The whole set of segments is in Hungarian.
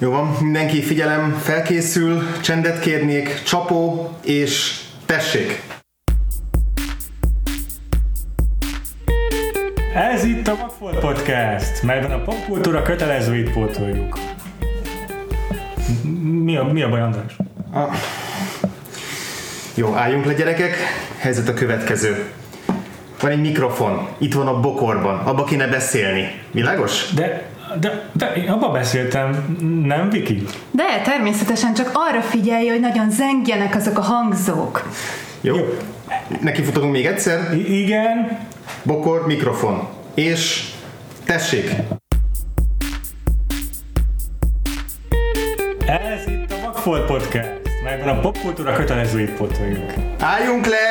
Jó van, mindenki figyelem, felkészül, csendet kérnék, csapó, és tessék! Ez itt a Vagfolt Podcast, melyben a popkultúra kötelezőit pótoljuk. Mi a baj, András? Jó, álljunk le, gyerekek, helyzet a következő. Van egy mikrofon, itt van a bokorban, abba kéne beszélni. Világos? De én abba beszéltem, nem, Viki? De természetesen, csak arra figyelj, hogy nagyon zengjenek azok a hangzók. Jó. Nekifutatunk még egyszer? Igen. Bokor, mikrofon. És tessék! Ez itt a Vagfolt Podcast, melyben a popkultúra kötelezőit pótoljuk. Álljunk le!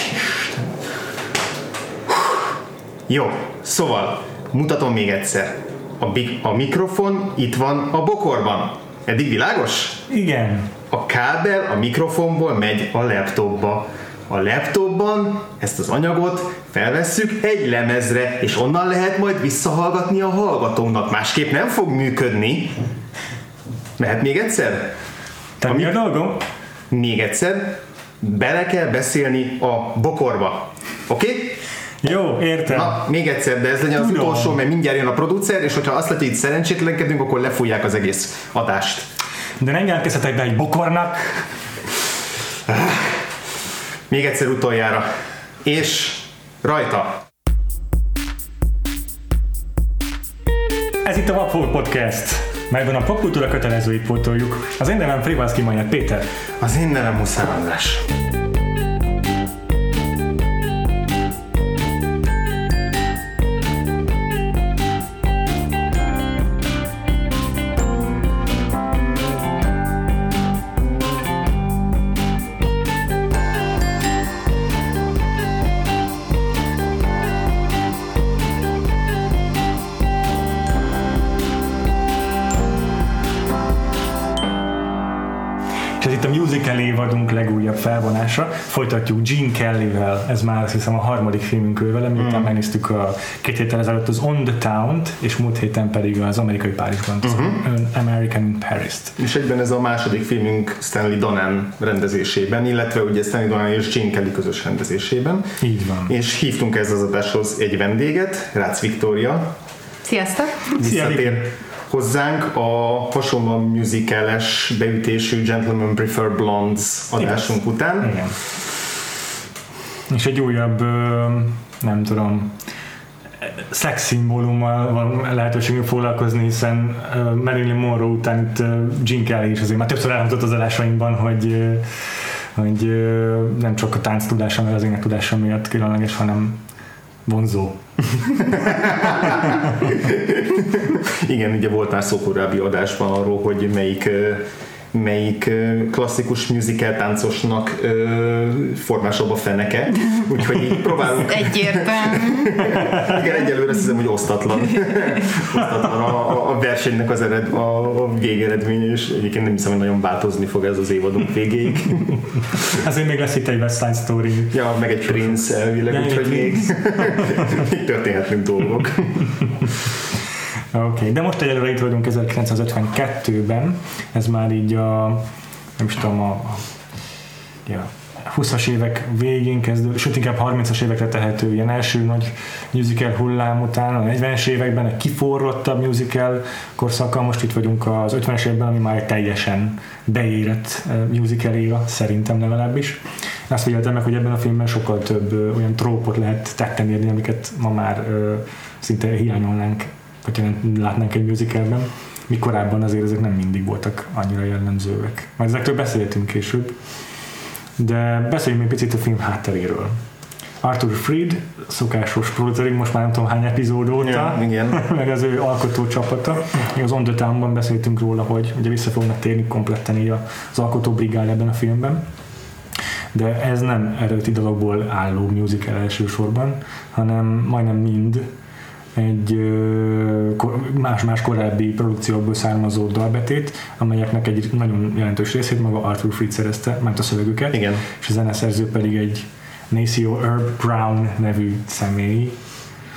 Jó, szóval mutatom még egyszer. A mikrofon itt van a bokorban. Eddig világos? Igen. A kábel a mikrofonból megy a laptopba. A laptopban ezt az anyagot felvesszük egy lemezre, és onnan lehet majd visszahallgatni a hallgatónak. Másképp nem fog működni. Mehet még egyszer? Tehát mi a dolgom? Még egyszer. Bele kell beszélni a bokorba. Oké? Okay? Jó, értem. Na, még egyszer, de ez legyen az utolsó, mert mindjárt jön a producer, és hogyha azt látja, hogy itt szerencsétlenkedünk, akkor lefújják az egész adást. De nem jelentkezhetek be egy bokornak. Még egyszer utoljára. És rajta. Ez itt a Vagfolt Podcast, melyben a popkultúra kötelezőit pótoljuk. Az én nevem Frivalszki Manyat Péter. Az én nevem Huszár András. Évadunk legújabb felvonása. Folytatjuk Gene Kellyvel, ez már azt hiszem a harmadik filmünk ő vele, miután megnéztük a 2 héttel ezelőtt az On the Town-t, és múlt héten pedig az Amerikai Párizsban, az American in Paris-t. És egyben ez a második filmünk Stanley Donen rendezésében, illetve ugye Stanley Donen és Gene Kelly közös rendezésében. Így van. És hívtunk ez az adáshoz egy vendéget, Rácz Viktória. Sziasztok! Visszatér hozzánk a hasonlóan musicales beütésű Gentlemen Prefer Blondes adásunk után. Igen. És egy újabb, nem tudom, szexszimbólummal van lehetőségünk foglalkozni, hiszen Marilyn Monroe után itt Gene Kelly is azért már többször elhangzott az adásainkban, hogy nem csak a tánc tudása, mert az ének tudása miatt különleges, hanem vonzó. Igen, ugye volt már szó korábbi adásban arról, hogy melyik klasszikus musical táncosnak formásabb a feneke, úgyhogy így próbálunk. Egyértelmű. Igen, egyelőre azt hiszem, hogy osztatlan a versenynek a végeredménye, és egyébként nem hiszem, hogy nagyon változni fog ez az évadunk végéig. Azért még lesz itt egy West Side Story. Ja, meg egy Prince elvileg, úgyhogy még történhetnek dolgok. Oké, de most egyelőre itt vagyunk 1952-ben, ez már így a 20-as évek végén kezdő, sőt inkább 30-as évekre tehető ilyen első nagy musical hullám után, a 40-es években egy kiforrottabb musical korszakkal, most itt vagyunk az 50-es években, ami már egy teljesen beérett musical éra, szerintem legalábbis. Azt figyeltem meg, hogy ebben a filmben sokkal több olyan trópot lehet tetten érni, amiket ma már szinte hiányolnánk, vagy látnánk egy musicalben, míg korábban azért ezek nem mindig voltak annyira jellemzőek. Majd ezekről beszéltünk később, de beszéljünk még picit a film hátteréről. Arthur Freed, szokásos producering, most már nem tudom hány epizód óta, igen. Meg az ő alkotó csapata. Az On the Town-ban beszéltünk róla, hogy ugye vissza fognak térni kompletten így az alkotó brigád ebben a filmben. De ez nem eredeti dologból álló musical elsősorban, hanem majdnem mind egy más korábbi produkciókból származó dalbetét, amelyeknek egy nagyon jelentős részét maga Arthur Freed szerezte, mert a szövegüket. Igen. És a zeneszerző pedig egy Maceo Herb Brown nevű személy.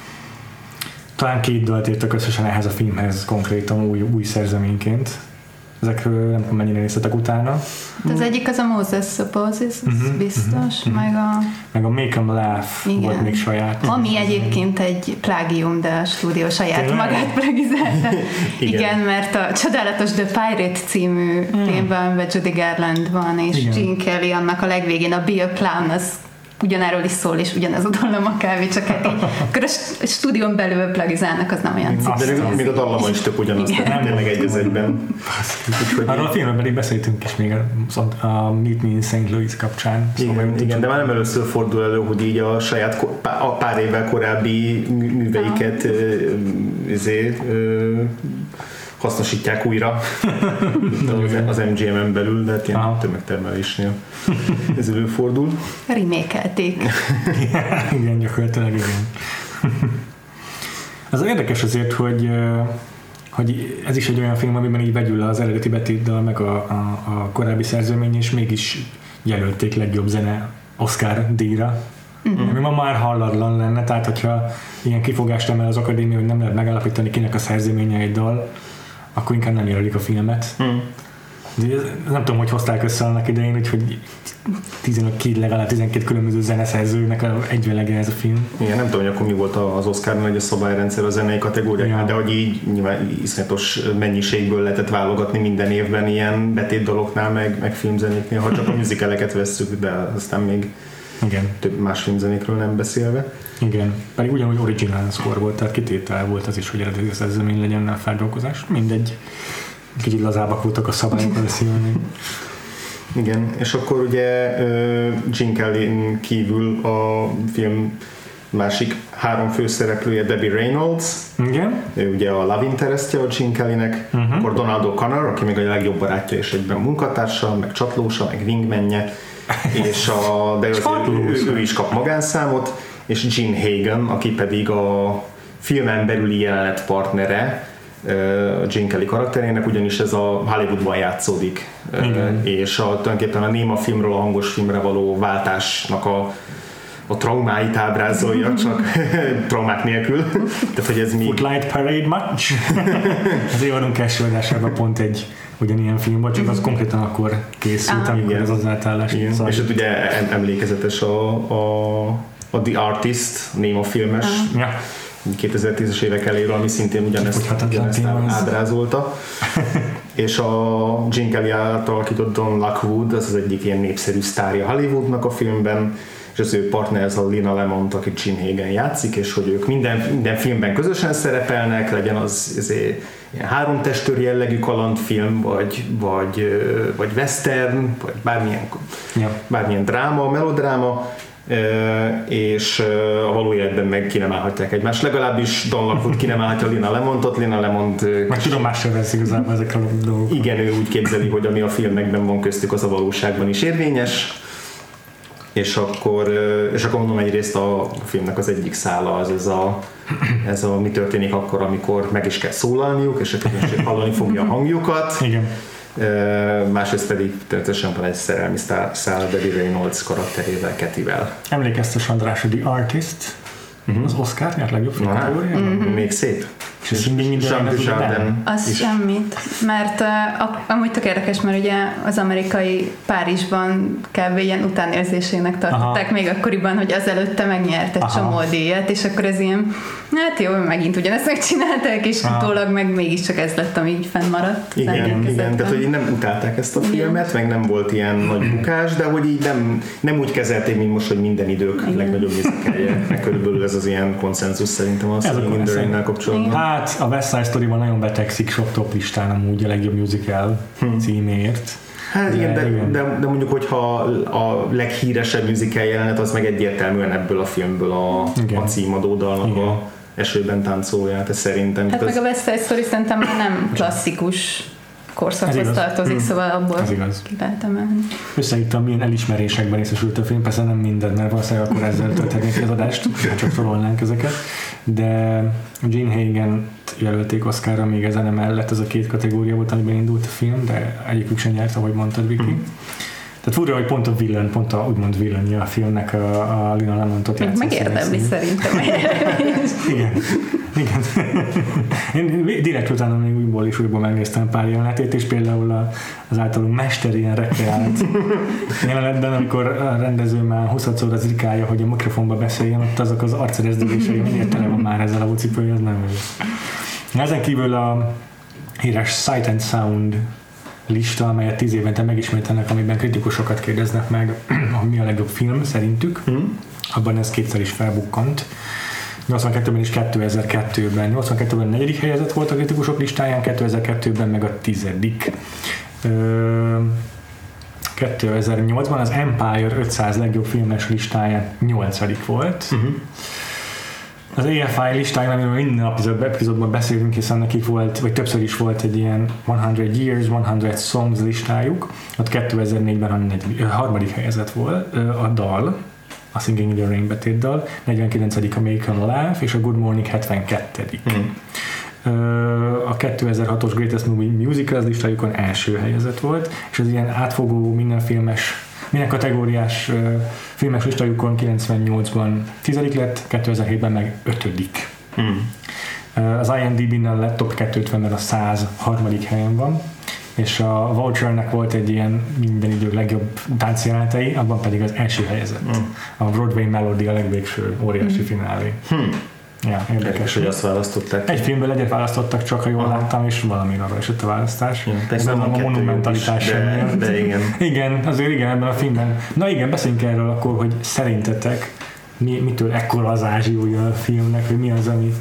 Talán 2 dalt írtak összesen ehhez a filmhez konkrétan új szerzeményként. Ezekről nem tudom mennyire néztetek utána. Az egyik az a Moses Supposes, biztos, meg a Make 'em Laugh volt még saját. Ami egyébként egy plágium, de a stúdió saját magát plagizálta. Igen, mert a csodálatos The Pirate című filmben, amiben Judy Garland van, és Gene Kelly, annak a legvégén a Be a Clown, az ugyanáról is szól, és ugyanaz a dallam a kávé, csak hát így, akkor a stúdión belül plagizálnak, az nem olyan cím. De még a dallama is tök ugyanaz, tehát tényleg egy az egyben. Arról a filmben pedig beszéltünk is még a Meet Me in St. Louis kapcsán. Igen, de már nem először fordul elő, hogy így a saját pár évvel korábbi műveiket hasznosítják újra az MGM-en belül, de hát ilyen tömegtermelésnél ez előfordul. Remékelték. Igen, gyakorlatilag igen. Az érdekes azért, hogy ez is egy olyan film, amiben így vegyül az eredeti betétdal, meg a korábbi szerzőmény, és mégis jelölték legjobb zene Oscar díjra. Ami ma már hallatlan lenne, tehát hogyha ilyen kifogást emel az akadémia, hogy nem lehet megállapítani, kinek a szerzőménye egy dal, akkor inkább nem jelölik a filmet. De nem tudom, hogy hozták össze annak idején, úgyhogy legalább 12 különböző zeneszerzőnek egyvelege ez a film. Igen, nem tudom, hogy akkor mi volt az Oscarban egy a szabályrendszer a zenei kategóriában, de hogy így nyilván iszonyatos mennyiségből lehetett válogatni minden évben ilyen betétdaloknál, meg filmzenéknél, ha csak a musicaleket vesszük, de aztán még több más filmzenékről nem beszélve. Igen, pedig ugyanúgy original score volt, tehát kitétel volt az is, hogy eredeti szerzőmény legyen a feldolgozás. Mindegy, kicsit lazábbak voltak a szabályok a szívni. Igen, és akkor ugye Gene Kellyn kívül a film másik 3 főszereplője Debbie Reynolds. Igen. Ő ugye a love interestje a Gene Kellynek, akkor Donald O'Connor, aki még a legjobb barátja és egyben munkatársa, meg csatlósa, meg wingmanje, és de ő is kap magánszámot, és Gene Hagen, aki pedig a filmen belüli jelenet partnere Gene Kelly karakterének, ugyanis ez a Hollywoodban játszódik, és tulajdonképpen a néma filmről a hangos filmre való váltásnak a traumáit ábrázolja, csak traumák nélkül. Tehát, hogy ez mi... Footlight Parade Match? Az évadunk első adásában pont egy ugyanilyen film volt, csak az konkrétan akkor készült, amikor ez az átállás. És ott ugye emlékezetes a The Artist, Néma filmes, 2010-es évek eléről, ami szintén ugyanezt ábrázolta. És a Gene Kelly által alakított Don Lockwood, az egyik ilyen népszerű sztárja Hollywoodnak a filmben, és az ő partner az a Lina Lemont, aki Gene Hagen játszik, és hogy ők minden filmben közösen szerepelnek, legyen az ilyen 3 testőr jellegű kalandfilm, vagy western, vagy bármilyen dráma, melodráma, és a való életben meg ki nem állhatják egymást. Legalábbis Don Lockwood ki nem állhatja Lina Lemontot, Lina Lemont... Meg tudomással vesz igazából ezekről a dolgokról. Igen, ő úgy képzeli, hogy ami a filmekben van köztük, az a valóságban is érvényes. És akkor mondom, egyrészt a filmnek az egyik szála az ez a mi történik akkor, amikor meg is kell szólalniuk, és a közönség hallani fogja a hangjukat. Igen. Másrészt pedig természetesen van egy szerelmi szál Debbie Reynolds karakterével, Ketivel. Emlékeztes András, a The Artist, az Oscar nyert legjobb film kategóriában. Még szép. És Jean Dujardin. Az semmit, mert amúgy tök érdekes, mert ugye az amerikai Párizsban kb. Ilyen utánérzésének tartották még akkoriban, hogy azelőtte megnyert egy csomó díjat, és akkor ez ilyen, hát jó, megint ugyanezt megcsinálták, és utólag meg mégiscsak ez lett, ami így fennmaradt. Igen, tehát hogy nem utálták ezt a filmet, meg nem volt ilyen nagy bukás, de hogy így nem úgy kezelték, mint most, hogy minden idők legnagyobb musicalje, meg körülbelül ez az ilyen konszenzus szerintem a Singing in the Rain-nel kapcsolatban. Hát a West Side Story-ban nagyon betegszik sok top listán amúgy a legjobb musical címért. Hát igen, de mondjuk, hogyha a leghíresebb musical jelenet, az meg egyértelműen ebből a filmből a címadó dalnak a Esőben táncolját, ez szerintem. Hát meg a West Side Story szerintem nem klasszikus korszakhoz tartozik, szóval abból ki lehet emelni. Összeírtam, milyen elismerésekben részesült a film, persze nem minden, mert valószínűleg akkor ezzel tölthetnénk az adást, csak sorolnánk ezeket, de Gene Hagen jelölték Oscarra még ezen emellett, ez a 2 kategória volt, amiben indult a film, de egyikük sem nyert, ahogy mondtad, Viki. Tehát furcsa, hogy pont a úgymond villainja a filmnek a Lina Lemontot játszik. Megérdemli szerintem. Igen. Igen. Én direkt utána még újból megnéztem pár jelenetét, és például az általunk mesterien rekreált jelenetben, amikor a rendező már 20-szor az rikája, hogy a mikrofonba beszéljen, ott azok az arcrezdülései, miért tele van már ezzel a bucipője, az nem jó. Ezen kívül a híres Sight and Sound lista, amelyet 10 évente megismételnek, amiben kritikusokat kérdeznek meg, mi a legjobb film szerintük. Abban ez kétszer is felbukkant. 82-ben és 2002-ben. 82-ben 4. helyezett volt a kritikusok listáján, 2002-ben meg a 10. 2008-ban az Empire 500 legjobb filmes listáján 8. volt. Az AFI listáján, amiről minden epizódban beszélünk, hiszen nekik volt, vagy többször is volt egy ilyen 100 Years, 100 Songs listájuk, ott 2004-ben a 3. helyezett volt a dal, a Singing in the Rain betét dal, 49. a Make a Laugh, és a Good Morning 72. A 2006-os Greatest Movie Musicals listájukon első helyezett volt, és az ilyen átfogó minden kategóriás filmes listájukon 98-ban 10. lett, 2007-ben meg 5. Az IMDb-nál lett top 250-ben a 103. helyen van, és a Vulture-nek volt egy ilyen minden idő legjobb táncjelenetei, abban pedig az első helyezett. A Broadway Melody a legvégső óriási finálé. Ja, érdekes, hogy azt választották. Egy filmből egyet választottak, csak ha jól láttam, és valami arra esett a választás. Persze nem a monumentalitás sem. De igen. Igen, azért igen, ebben a filmben. Na igen, beszéljünk erről akkor, hogy szerintetek mitől ekkora az ázsiója a filmnek, hogy mi az, ami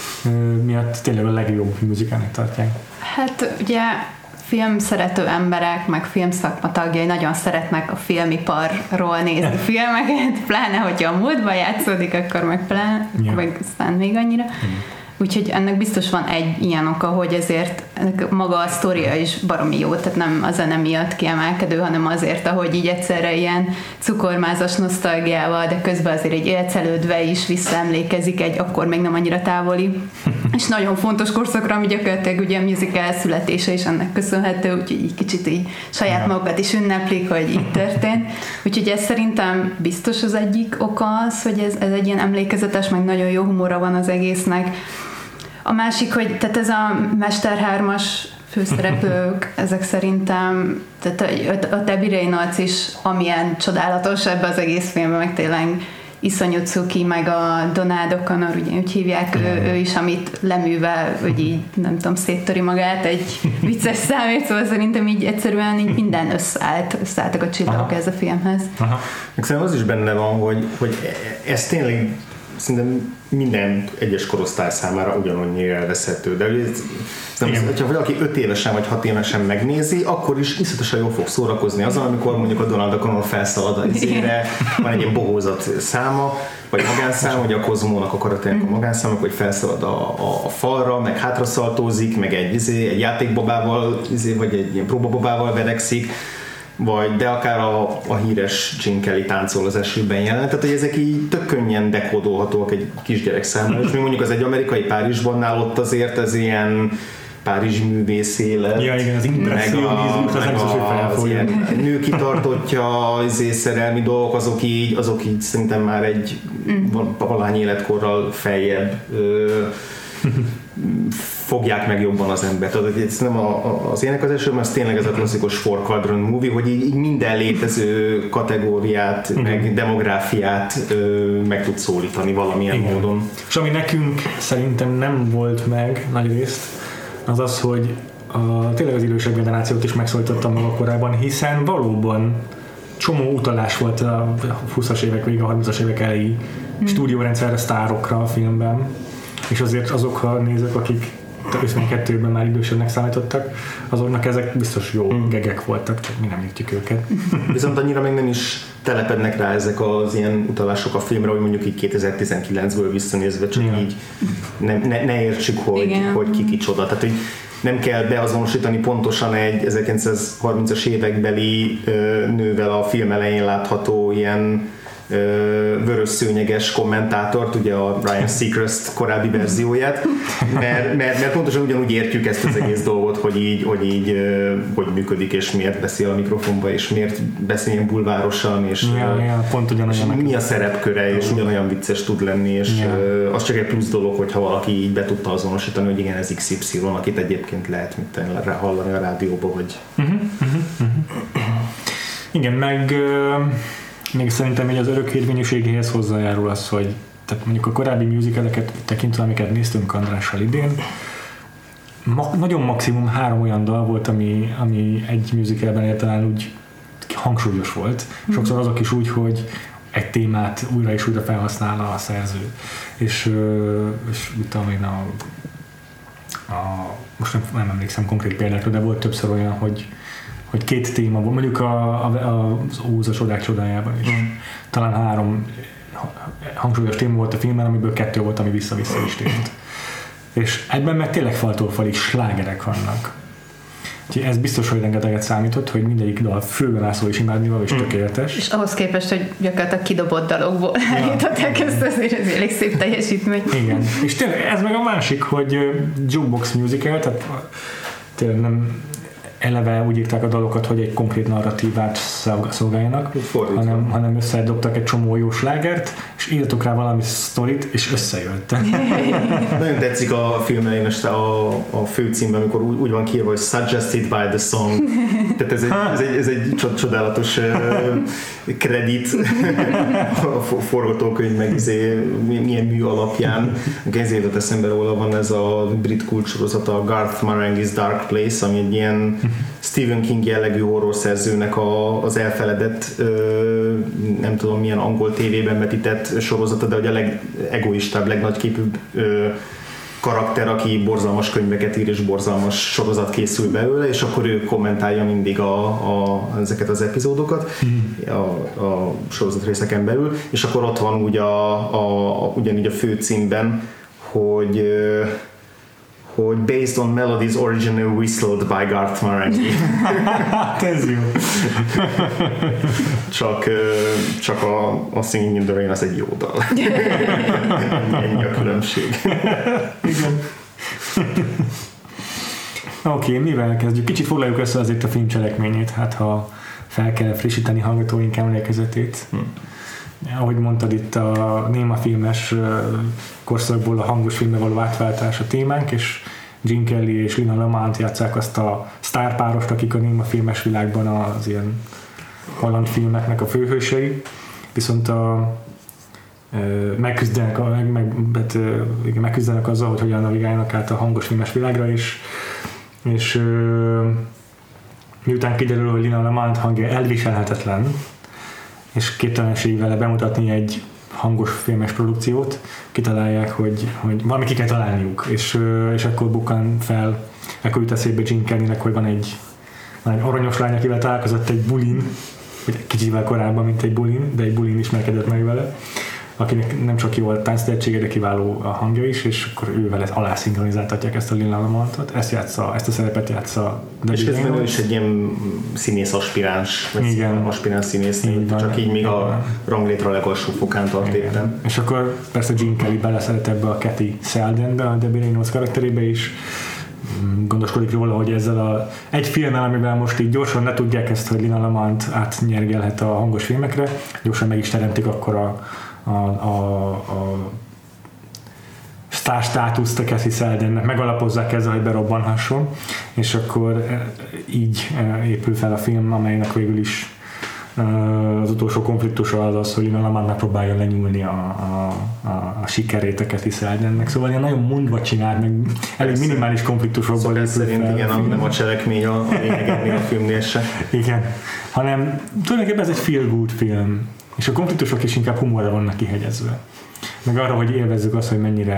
miatt tényleg a legjobb musicalnek tartják. Hát ugye filmszerető emberek, meg filmszakma tagjai nagyon szeretnek a filmiparról nézni filmeket, pláne, hogyha a múltban játszódik, akkor meg aztán még annyira. Úgyhogy ennek biztos van egy ilyen oka, hogy ezért maga a sztoria is baromi jó, tehát nem a zene miatt kiemelkedő, hanem azért, ahogy így egyszerre ilyen cukormázas nosztalgiával, de közben azért egy élcelődve is visszaemlékezik egy akkor még nem annyira távoli, és nagyon fontos korszakra, ami gyakorlatilag ugye a musical születése is ennek köszönhető, úgyhogy így kicsit így saját magukat is ünneplik, hogy így történt. Úgyhogy ez szerintem biztos az egyik oka az, hogy ez egy ilyen emlékezetes, meg nagyon jó humora van az egésznek. A másik, hogy tehát ez a Mester 3-as főszereplők, ezek szerintem, tehát a Debbie Reynolds is amilyen csodálatos ebbe az egész filmben, meg tényleg iszonyú cuki, meg a Donald O'Connor, ugye úgy hívják, ő is, amit leművel, hogy így, nem tudom, széttöri magát egy vicces számért, szóval szerintem így egyszerűen így minden összeálltak a csillagok ez a filmhez. Meg szerintem az is benne van, hogy ez tényleg szerintem minden egyes korosztály számára ugyanannyira elveszhető. De hogyha valaki 5 évesen vagy 6 évesen megnézi, akkor is iszonyatosan jól fog szórakozni azon, amikor mondjuk a Donald O'Connor felszalad a izére, van egy ilyen bohózat száma, vagy magánszám, vagy a Kozmónak a karakternek a magánszáma, hogy felszalad a falra, meg hátraszaltózik, meg egy játékbabával, vagy egy ilyen próbababával verekszik, de akár a híres Gene Kelly táncol az esőben jelenet, tehát hogy ezek így tök könnyen dekódolhatóak egy kisgyerek számára, és mi mondjuk az egy amerikai Párizsban ott azért ez ilyen párizsi művész élet, ja, igen, az impresszionizmus, az ilyen nőkitartottja, szerelmi dolgok, azok így szerintem már egy valahány életkorral feljebb fogják meg jobban az embert. Tehát ez nem az ének az esőben, az tényleg ez a klasszikus Four Quadrant movie, hogy így minden létező kategóriát, meg demográfiát meg tud szólítani valamilyen módon. És ami nekünk szerintem nem volt meg nagy részt, az az, hogy tényleg az idősebb generációt is megszólítottam maga korábban, hiszen valóban csomó utalás volt a 20-as évek vége, a 30-as évek elejé stúdiórendszerre, sztárokra a filmben, és azért azok a nézők, akik 52-ben már idősebbnek számítottak, azoknak ezek biztos jó gegek voltak, csak mi nem értjük őket. Viszont annyira még nem is telepednek rá ezek az ilyen utalások a filmre, hogy mondjuk így 2019-ből visszanézve csak így ne értsük, hogy ki kicsoda. Tehát, hogy nem kell beazonosítani pontosan egy 1930-as évekbeli nővel a film elején látható ilyen vörös szőnyeges kommentátort, ugye a Ryan Seacrest korábbi verzióját, mert pontosan ugyanúgy értjük ezt az egész dolgot, hogy működik, és miért beszél a mikrofonba, és miért beszél ilyen bulvárosan, és, pont és mi a szerepköre, és ugyanolyan vicces tud lenni, és az csak egy plusz dolog, hogyha valaki így be tudta azonosítani, hogy igen, ez XY, akit egyébként lehet hallani a rádióba, vagy... Igen, meg még szerintem az örökérvényűségéhez hozzájárul az, hogy tehát mondjuk a korábbi musicaleket tekintve, amiket néztünk Andrással idén, nagyon maximum 3 olyan dal volt, ami egy musicalben értelem úgy hangsúlyos volt. Sokszor azok is úgy, hogy egy témát újra és újra felhasználna a szerző. És utána én most nem emlékszem konkrét példákra, de volt többször olyan, hogy 2 téma volt, mondjuk az Óz a csodák csodájában is. Talán 3 hangsúlyos téma volt a filmben, amiből 2 volt, ami vissza-vissza is tért. És ebben meg tényleg faltól falig slágerek vannak. Úgyhogy ez biztos, hogy rengeteget számított, hogy mindegyik dal főbemászó és imádnival és tökéletes. És ahhoz képest, hogy gyakorlatilag kidobott dalokból állították ezt, azért ez elég szép teljesítmény. Igen. És tényleg ez meg a másik, hogy jukebox musical, tehát tényleg nem eleve úgy írták a dalokat, hogy egy konkrét narratívát szolgáljanak, hanem összedobtak egy csomó jó slágert, és írtuk rá valami sztorit, és összejött. Nagyon tetszik a film elején a főcímben, amikor úgy van kiírva, hogy suggested by the song. Tehát ez egy csodálatos kredit a forgatókönyv, meg milyen mű alapján. Ez jutott eszembe róla, van ez a brit kulcssorozata, a Garth Marenghi's Dark Place, ami egy ilyen Stephen King jellegű horrorszerzőnek az elfeledett, nem tudom milyen angol tévében vetített sorozata, de hogy a legegoistább, legnagyképűbb karakter, aki borzalmas könyveket ír és borzalmas sorozat készül belőle, és akkor ő kommentálja mindig ezeket az epizódokat a sorozat részeken belül, és akkor ott van úgy ugyanígy a főcímben, hogy based on melodies originally whistled by Garth Marenghi. Ez jó. Csak a Singing in the Rain az egy jó dal. Ennyi a különbség. Igen. Oké, mivel kezdjük? Kicsit foglaljuk össze azért a film cselekményét, hát ha fel kell frissíteni hallgatóink emlékezetét. Ahogy mondtad, itt a némafilmes korszakból a hangos filmbe való átváltás a témánk, és Gene Kelly és Lina Lamont játsszák azt a sztárpárost, akik a némafilmes világban az ilyen kalandfilmeknek a főhősei, viszont megküzdenek azzal, hogy hogyan navigálnak át a hangos filmes világra, és miután kiderül, hogy Lina Lamont hangja elviselhetetlen, és képtelenség vele bemutatni egy hangos filmes produkciót, kitalálják, hogy valami ki kell találniuk, és akkor bukkan fel, akkor jut eszébe Gene Kellynek, hogy van egy aranyos lány, akivel találkozott egy bulin, vagy kicsivel korábban, mint egy bulin, de egy bulin ismerkedett meg vele, akinek nem csak jó a tánctehetsége, de kiváló a hangja is, és akkor ő vele alá szinkronizáltatják ezt a Lina Lamontot, ezt a szerepet játsza. És közben ő is egy ilyen színész aspiráns, vagy aspiráns színész, csak így még a ranglétra legalsó fokán tart éppen. És akkor persze Gene Kelly beleszeret ebbe a Kathy Seldenbe, a Debbie Reynolds karakterébe is, gondoskodik róla, hogy ezzel egy filmmel, amivel most így gyorsan ne tudják ezt, hogy Lina Lamont átnyergelhet a hangos filmekre, gyorsan meg is teremtik akkor a sztár státuszt a Kathy Seldennek, megalapozzák ezzel, hogy berobbanhasson, és akkor így épül fel a film, amelynek végül is az utolsó konfliktusa az, hogy Lina Lamont megpróbálja lenyúlni a sikerét a Kathy Seldennek. Szóval ilyen nagyon mondva csinál, meg elég minimális konfliktusokból épül szerint fel. Igen, nem a cselekmény a lényeg a filmnél se. Igen, hanem tulajdonképpen ez egy feel-good film, és a konfliktusok is inkább humorra vannak kihegyezve. Meg arra, hogy élvezzük azt, hogy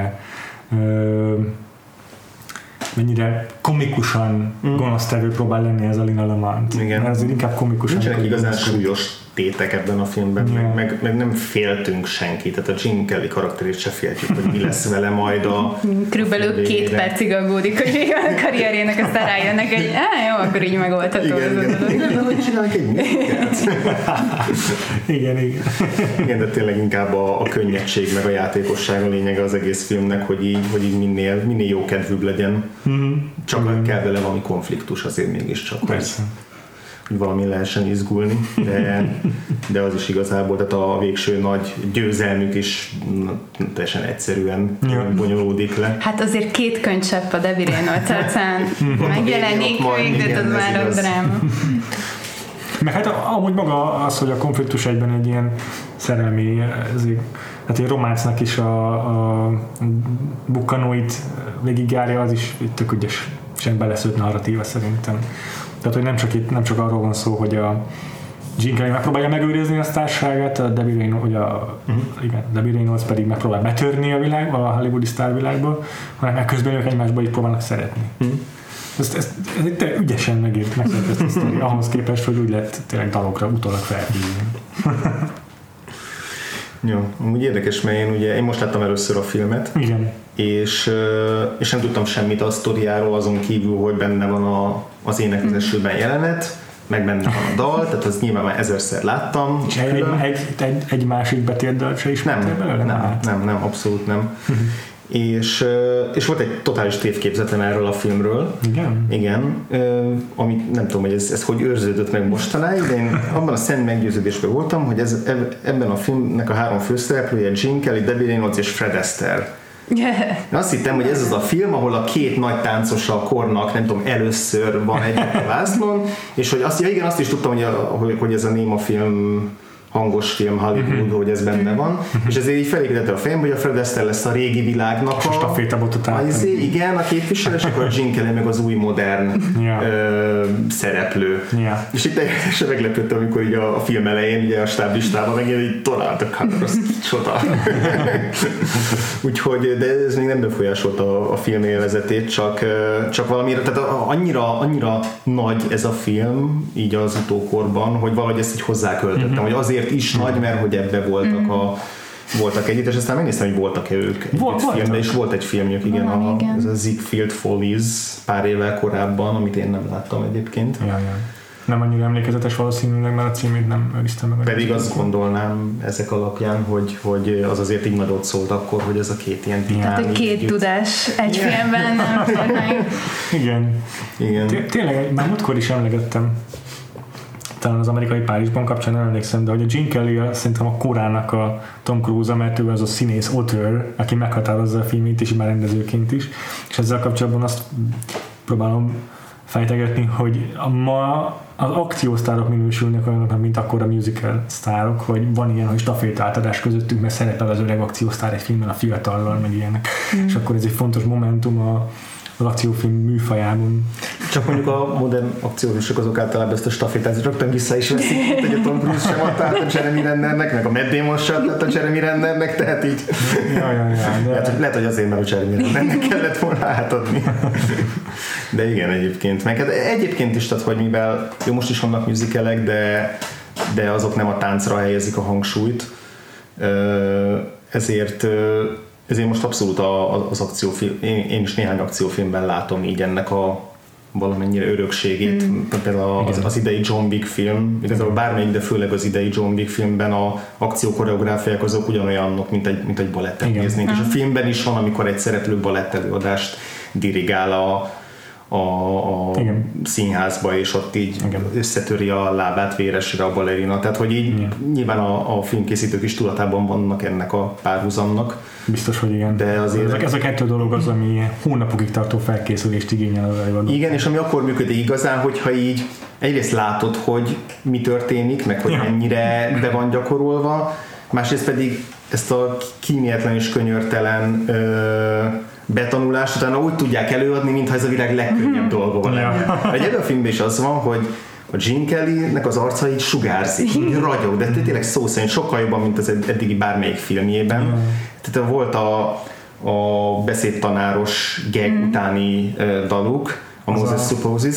mennyire komikusan gonosztevő próbál lenni ez a Lina Lamont. Igen. Mert azért inkább komikusan. Nincsenek igazán súlyos tétek ebben a filmben, meg nem féltünk senki, tehát a Gene Kelly karakterét se féltjük, hogy mi lesz vele majd a körülbelül 2 percig aggódik, hogy vége a karrierjének, aztán rájönnek, hogy jó, akkor így megoldható. Igen, hogy csinálunk egy műzikát. Igen. Igen, de tényleg inkább a könnyedség, meg a játékosság a lényege az egész filmnek, hogy így minél jókedvűbb legyen. Csak kell vele valami konfliktus azért mégiscsak. Persze. Hogy valami lehessen izgulni, de az is igazából, tehát a végső nagy győzelmük is teljesen egyszerűen bonyolódik le. Hát azért 2 könycsepp a Debbie Reynolds arcán megjelenik, de az már a dráma. Meg hát amúgy maga az, hogy a konfliktus egyben egy ilyen szerelmi, hát egy románcnak is a bukkanóit végigjárja, az is tök ügyesen beleszőtt narratíva szerintem. Tehát, hogy nem csak arról van szó, hogy a Gene Kelly megpróbálja megőrizni a társaságát, a Debbie Reynolds pedig megpróbál betörni a hollywoodi sztárvilágba, hanem közben ők egymásba így próbálnak szeretni. Ez ügyesen megírt ezt a sztori, ahhoz képest, hogy úgy lehet tényleg dalokra utólag felhívni. Jó, úgy érdekes, mert én most láttam először a filmet. Igen. És nem tudtam semmit a sztoriáról, azon kívül, hogy benne van az énekezésben jelenet, meg benne van a dal, tehát az nyilván már 1000-szer láttam. És egy másik betétdalt se ismertél belőle? Nem, abszolút nem. És volt egy totális tévképzetem erről a filmről. Igen. Amit nem tudom, hogy ez hogy őrződött meg mostanáig, de én abban a szent meggyőződésben voltam, hogy ebben a filmnek a 3 főszereplője Gene Kelly, Debbie Reynolds és Fred Astaire. Én azt hittem, hogy ez az a film, ahol a 2 nagy táncosa a kornak, nem tudom, először van egyet a vásznon, és hogy azt is tudtam, hogy ez a néma film, hangos film, Hollywood, hogy ez benne van, és ezért így felépítette a fejembe, hogy a Fred Astaire lesz a régi világnak a stafétabotot átvenni. Igen, a képviselő, és akkor a Gene Kelly meg az új modern szereplő. És itt teljesen meglepődtem, amikor így a film elején, ugye a stáblistában megint így találtak, hát az csoda. Úgyhogy, de ez még nem befolyásolta a film élvezetét, csak valamire, tehát annyira nagy ez a film, így az utókorban, hogy valahogy ezt így hozzáköltöttem, hogy azért is nagy, mert hogy ebbe voltak együtt, és aztán megnéztem, hogy voltak-e ők egy filmben, és volt egy filmjük, igen, ez a Ziegfeld Follies pár évvel korábban, amit én nem láttam egyébként. Ja. Nem annyira emlékezetes valószínűleg, mert a címét nem őriztem meg. Pedig azt gondolnám ezek alapján, hogy az azért így nagyot szólt akkor, hogy ez a 2 ilyen titán. Tehát, hogy 2 tudás egy filmben nem fordulnak. Igen. Tényleg, már múltkor is emlegettem, talán az Amerikai Párizsban kapcsán nem emlékszem, de hogy a Gene Kelly szerintem a korának a Tom Cruise, mert ő az a színész auteur, aki meghatározza a filmét is, már rendezőként is, és ezzel kapcsolatban azt próbálom fejtegetni, hogy ma az akciósztárok minősülnek olyanoknak, mint akkor a musical sztárok, hogy van ilyen, hogy stafétátadás közöttünk, mert szerepel az öreg akciósztár egy filmben a fiatallal, meg ilyenek. És akkor ez egy fontos momentum az akciófilm műfajában. Csak mondjuk a modern akciófilmsök azok általában ezt a stafétát rögtön vissza is veszik, hogy a Tom Cruise sem adta át a Jeremy Rennernek, meg a Matt Damon sem adta át a Jeremy Rennernek, tehát így lehet, hogy azért, mert a Jeremy Rennernek kellett volna átadni. De igen, egyébként. Meg hát egyébként is, tehát, hogy mivel jó, most is vannak musicalek, de azok nem a táncra helyezik a hangsúlyt, ezért most abszolút az akciófilm, én is néhány akciófilmben látom így ennek a valamennyire örökségét, például az idei John Wick film, igazából bármelyik, de főleg az idei John Wick filmben a akciókoreográfiák azok ugyanolyanok, mint egy balettet néznénk, és a filmben is van, amikor egy szereplő balettelőadást dirigál a színházba, és ott így összetöri a lábát véresre a balerina. Tehát, hogy így nyilván a filmkészítők is tudatában vannak ennek a párhuzamnak. Biztos, hogy igen. De azért ez a 2 dolog az, ami hónapokig tartó felkészülést igényel az előadó. Igen, és ami akkor működik igazán, hogyha így egyrészt látod, hogy mi történik, meg hogy mennyire be van gyakorolva, másrészt pedig ezt a kíméletlen és könyörtelen betanulást utána úgy tudják előadni, mintha ez a világ legkönnyebb dolga lenne. Ebben a filmben is az van, hogy a Gene Kellynek az arca így sugárzik, így ragyog, de tényleg szó szerint sokkal jobban, mint az eddigi bármelyik filmjében. Tehát volt a beszédtanáros gag utáni daluk, a Moses Supposes,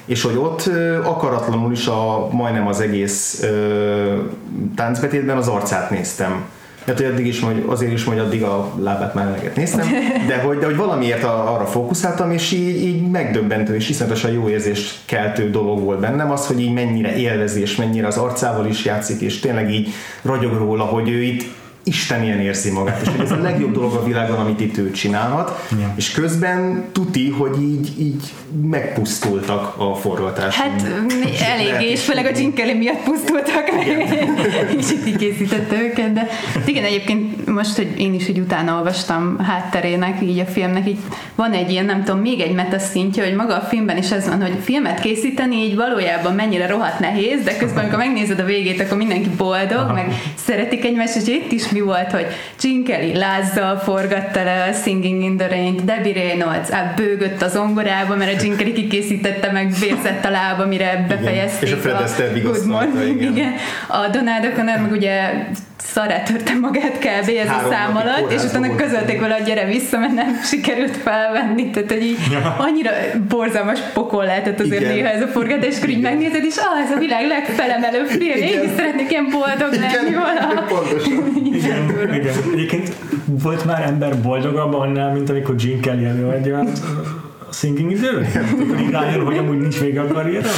és hogy ott akaratlanul is majdnem az egész táncbetétben az arcát néztem. Hát, hogy addig is, azért is, hogy addig a lábát már eleget néztem, de hogy valamiért arra fókuszáltam, és így megdöbbentő és iszonyatosan jó érzést keltő dolog volt bennem az, hogy így mennyire élvezi, és mennyire az arcával is játszik, és tényleg így ragyog róla, hogy ő itt Isten ilyen érzi magát, és hogy ez a legjobb dolog a világon, amit itt ő csinálhat, és közben tuti, hogy így megpusztultak a forgatáson. Hát eléggé, és főleg a Gene Kelly miatt pusztultak meg, és itt így készítette őket, de igen, egyébként most, hogy én is így utána olvastam hátterének, így a filmnek, így van egy ilyen, nem tudom, még egy metaszintje, hogy maga a filmben is ez van, hogy filmet készíteni így valójában mennyire rohadt nehéz, de közben, amikor megnézed a végét, akkor mindenki boldog, meg szeretik egymást, és itt is mi volt, hogy Gene Kelly lázzal forgatta le a Singing in the Rain, Debbie Reynolds bőgött az zongorába, mert a Gene Kelly kikészítette, meg vérzett a lába, mire befejezték. És a Fred Astaire vigasztalta, igen. A Donald O'Connor meg ugye szarrá törte magát kb. Ez a szám alatt, és utána közölték vele, hogy gyere vissza, mert nem sikerült felvenni, tehát hogy így annyira borzalmas pokol lehetett azért néha ez a forgatás, és akkor így megnézed, és ez a világ legfelemelőbb film, én is szeretnék ilyen boldog lenni valaha. Igen. Egyébként volt már ember boldogabb annál, mint amikor Gene Kelly előadja a Singing in the Rain? Akkor így rájön, hogy amúgy nincs vége a karrierem?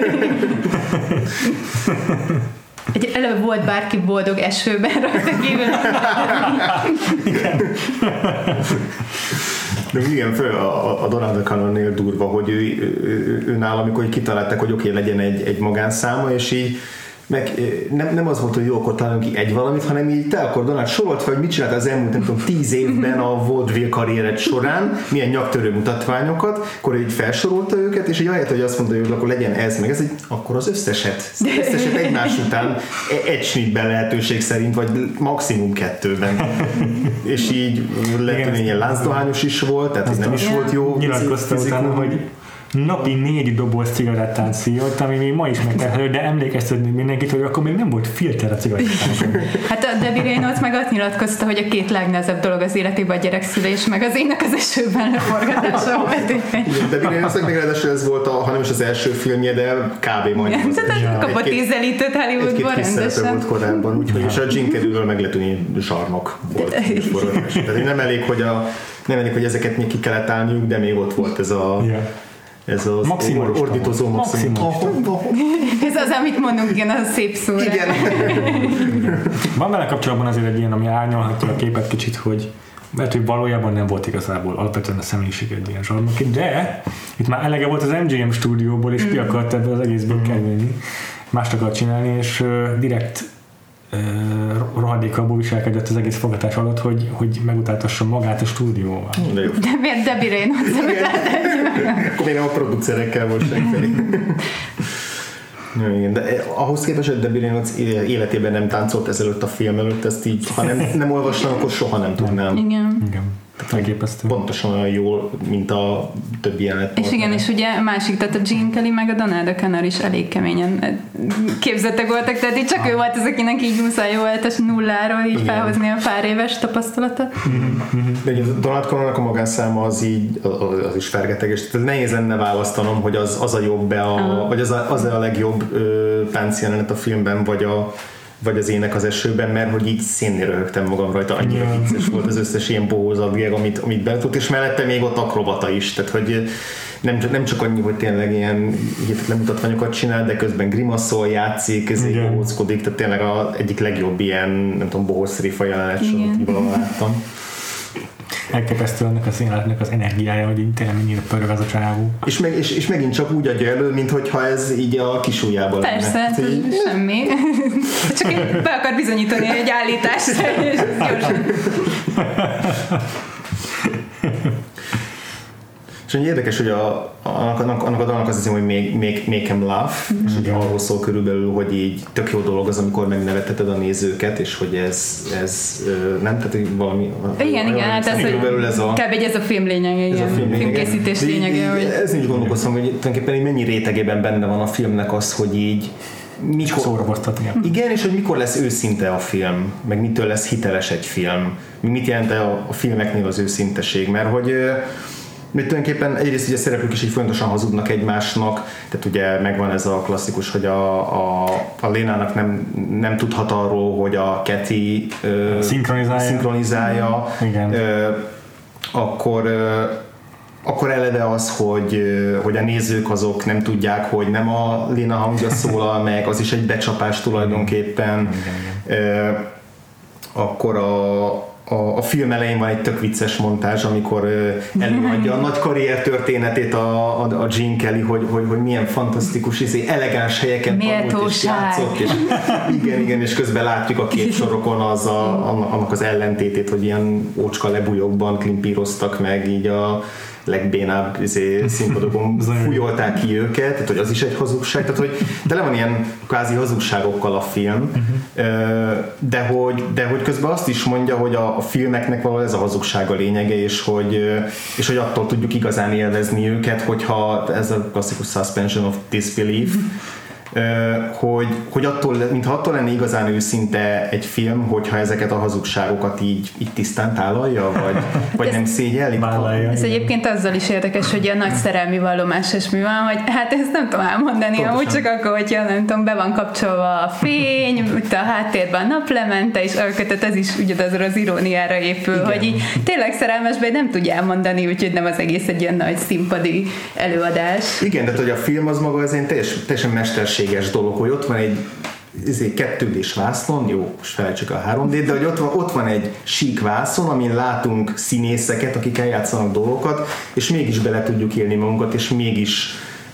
Előbb volt bárki boldog esőben rajta kívül. De igen, föl a Donald O'Connornél durva, hogy ő nála, amikor kitalálták, hogy oké, legyen egy magánszáma, és így meg nem az volt, hogy jó, akkor találunk ki egy valamit, hanem így te akkor Donald sorolt fel, hogy mit csinált az elmúlt, nem tudom, 10 évben a vaudeville karriered során, milyen nyaktörő mutatványokat, akkor így felsorolta őket, és így ahelyett, hogy azt mondta, hogy akkor legyen ez, meg ez, hogy akkor az összeset egymás után egy snitben lehetőség szerint, vagy maximum 2-ben. És így lehet, hogy ilyen láncdohányos is volt, tehát ez nem is volt jó. Nyilatkozta utána, hogy napi 4 doboz cigarettán szívott, ami még ma is megterhelő, de emlékeztetni mindenkit, hogy akkor még nem volt filter a cigarettán. Hát a Debbie Reynolds meg azt nyilatkozta, hogy a 2 legnehezebb dolog az életében a gyerekszülés, meg az Ének az esőben forgatása volt. Debbie Reynoldsnak még ráadásul ez volt, ha nem is az első filmje, de kb. Majdnem. Kapott ízelítőt Hollywoodban rendesen. Volt korábban, úgyhogy és a Gene Kellyről meg lehet tűnni zsarnok volt forgatás. Tehát nem elég, hogy ezeket még ki kellett állniuk, de még ott volt ez az ordítozó maximum. Ez az, amit mondunk, igen, az a szép szó. Igen. Van vele kapcsolatban azért egy ilyen, ami árnyalhatja a képet kicsit, hogy mert hogy valójában nem volt igazából alapvetően a személyiség egy ilyen zsarnoki, de itt már elege volt az MGM stúdióból, és ki akart ebből az egészből kerülni. Mást akart csinálni, és direkt rohadékabból viselkedett az egész forgatás alatt, hogy megutáltassa magát a stúdióval. De miért Debbie Reynolds utáltatja? Akkor még nem a producerekkel volt senki. Igen, de ahhoz képest, hogy Debbie Reynolds életében nem táncolt ezelőtt a film előtt, ezt így, ha nem olvastam, akkor soha nem tudnám. Igen. Elképesztő. Pontosan olyan jól, mint a többi jelenet. És igen, és ugye másik, tehát a Gene Kelly meg a Donald O'Connor is elég keményen képzettek voltak, tehát így csak ő volt az, akinek így muszáj volt a nulláról így felhozni a pár éves tapasztalatot. De a Donald O'Connornak a magánszáma az így, az is fergeteges. Tehát nehéz lenne választanom, hogy az a jobb, vagy az a legjobb táncjelenet a filmben, vagy az Ének az esőben, mert hogy így szénnél röhögtem magam rajta, annyira vicces volt az összes ilyen bohózatgeg, amit beletott, és mellette még ott akrobata is, tehát hogy nem csak annyi, hogy tényleg ilyen hihetetlen mutatványokat csinál, de közben grimaszol, játszik, ezért bohózkodik, tehát tényleg az egyik legjobb ilyen, nem tudom, bohóc rifa jelenet sorot valahol láttam. Elképesztő annak az életnek az energiája, hogy így tényleg mennyire pörög az a csávó. És megint csak úgy adja elő, mintha ez így a kisujjában lenne. Persze, semmi. Csak be akar bizonyítani egy állítást, és gyorsan. És érdekes, hogy annak a dalnak az az, hogy make him laugh, és hogy arról szól körülbelül, hogy így tök jó dolog az, amikor megneveteted a nézőket, és hogy ez nem, tehát valami... Igen, hát ez, hogy kb. Ez a film lényege, igen, filmkészítés lényege. Ez is gondolkoztam, hogy tulajdonképpen így mennyi rétegében benne van a filmnek az, hogy így igen, és hogy mikor lesz őszinte a film, meg mitől lesz hiteles egy film, mit jelent a filmeknél az őszinteség, mert hogy Mert tulajdonképpen egyrészt ugye a szereplők is így fontosan hazudnak egymásnak, tehát ugye megvan ez a klasszikus, hogy a Lénának nem tudhat arról, hogy a Kathy szinkronizálja. Igen. Akkor eleve az, hogy a nézők azok nem tudják, hogy nem a Léna hangja szólal meg, az is egy becsapás tulajdonképpen. Akkor a film elején van egy tök vicces montázs, amikor előadja a nagy karrier történetét a Gene Kelly, hogy milyen fantasztikus, elegáns helyeken tanult és játszott, és igen, és közben látjuk a képsorokon annak az ellentétét, hogy ilyen ócska lebújokban klimpíroztak meg így a legbénább színpadokon fújolták ki őket, tehát hogy az is egy hazugság, tehát hogy tele van ilyen kvázi hazugságokkal a film, de hogy közben azt is mondja, hogy a filmeknek valahol ez a hazugság a lényege, és hogy attól tudjuk igazán élvezni őket, hogyha ez a klasszikus suspension of disbelief, hogy mintha attól lenne igazán őszinte egy film, hogyha ezeket a hazugságokat így tisztán tálalja, vagy nem szégyelli. Ez egyébként azzal is érdekes, hogy a nagy szerelmi vallomás és mi van, hogy hát ezt nem tudom elmondani, pontosan. Amúgy csak akkor, hogyha nem tudom, be van kapcsolva a fény, a háttérben a naplemente, és alkötet, ez is ugyanazra az iróniára épül, igen. Hogy így tényleg szerelmesben nem tudja elmondani, úgyhogy nem az egész egy ilyen nagy színpadi előadás. Igen, tehát hogy a film az maga az teljesen mesterséges dolog, hogy ott van egy 2D-s vászon, jó, most felejtsük a 3D, de hogy ott van egy sík vászon, amin látunk színészeket, akik eljátszanak dolgokat, és mégis bele tudjuk élni magunkat, és mégis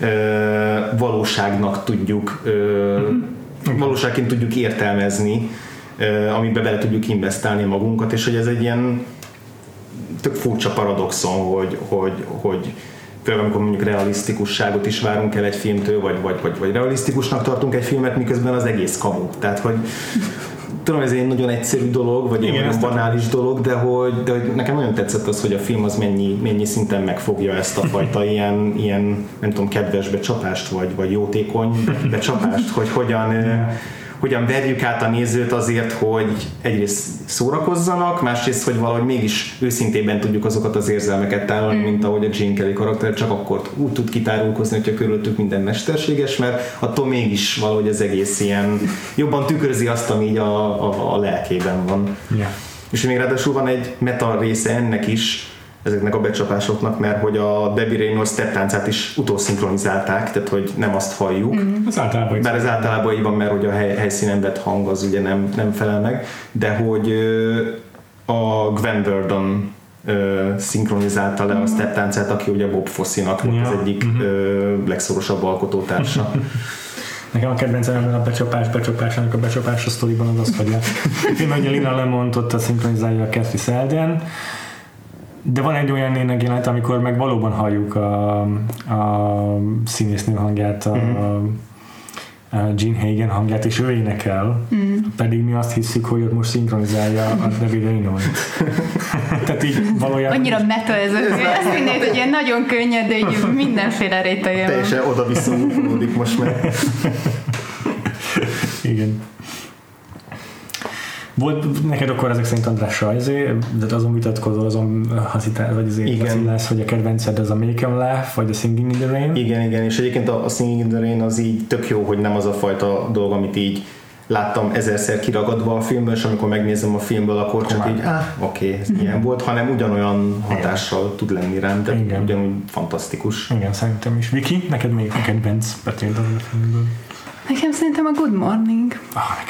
valóságnak tudjuk valóságként tudjuk értelmezni, amiben bele tudjuk investálni magunkat, és hogy ez egy ilyen tök furcsa paradoxon, hogy például amikor mondjuk realisztikusságot is várunk el egy filmtől, vagy realisztikusnak tartunk egy filmet, miközben az egész kamu. Tehát, hogy tudom, ez egy nagyon egyszerű dolog, vagy egy nagyon banális dolog, de hogy nekem nagyon tetszett az, hogy a film az mennyi szinten megfogja ezt a fajta ilyen nem tudom, kedves becsapást, vagy jótékony becsapást, hogy hogyan verjük át a nézőt azért, hogy egyrészt szórakozzanak, másrészt, hogy valahogy mégis őszintében tudjuk azokat az érzelmeket tálalni, mint ahogy a Gene Kelly karakter csak akkor úgy tud kitárulkozni, hogyha körülöttük minden mesterséges, mert attól mégis valahogy az egész ilyen jobban tükrözi azt, ami így a lelkében van. Yeah. És még ráadásul van egy meta része ennek is, ezeknek a becsapásoknak, mert hogy a Debbie Reynolds steptáncát is utószinkronizálták, tehát hogy nem azt halljuk. Bár ez általában így van, mert hogy a helyszínen vett hang az ugye nem felel meg, de hogy a Gwen Verdon szinkronizálta le a steptáncát, aki ugye Bob Fosse-nak volt az egyik legszorosabb alkotótársa. Nekem a kedvencem a becsapásának a becsapás a sztoriban az hogy a Lina Lemont ott a szinkronizálja a Kathy Selden, de van egy olyan jelenet, amikor meg valóban halljuk a színésznő hangját, a Gene Hagen hangját, és ő énekel, pedig mi azt hiszük, hogy ott most szinkronizálja a Debbie Reynolds. Tehát így valójában... Annyira meta ez az, azt hinnéd, hogy ilyen nagyon könnyed, de így mindenféle rétegje van. Teljesen oda-vissza most már. Igen. Volt neked akkor ezek szerint András rajzé, de azon vitatkozol, azon haszitál, vagy azért vacillálsz, hogy a kedvenced ez a Make 'em Laugh, vagy a Singing in the Rain? Igen, és egyébként a Singing in the Rain az így tök jó, hogy nem az a fajta dolog, amit így láttam ezerszer kiragadva a filmből, és amikor megnézem a filmből, akkor csak így, oké, ez ilyen volt, hanem ugyanolyan hatással tud lenni rám, de ugyanúgy fantasztikus. Igen, szerintem is. Viki, neked még a kedvenc betérdal a filmből? Nekem szerintem a Good Morning.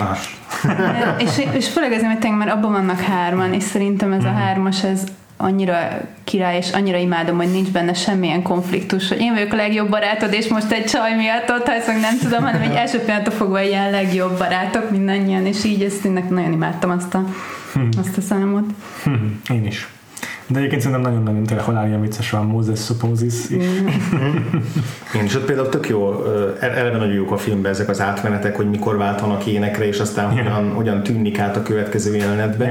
És főleg azért, mert tényleg, mert abban vannak hárman, és szerintem ez a hármas, ez annyira király, és annyira imádom, hogy nincs benne semmilyen konfliktus, hogy én vagyok a legjobb barátod, és most egy csaj miatt ott, ha ezt meg nem tudom, hanem egy első pillanattól fogva ilyen legjobb barátok mindannyian, és így ezt én nagyon imádtam azt a számot. Én is. De egyébként szerintem nagyon-nagyon tényleg halálja vicces van Moses Supposes is. Én is ott például tök jó, eleve nagyon jók a filmben ezek az átmenetek, hogy mikor váltanak énekre, és aztán hogyan tűnik át a következő jelenetbe.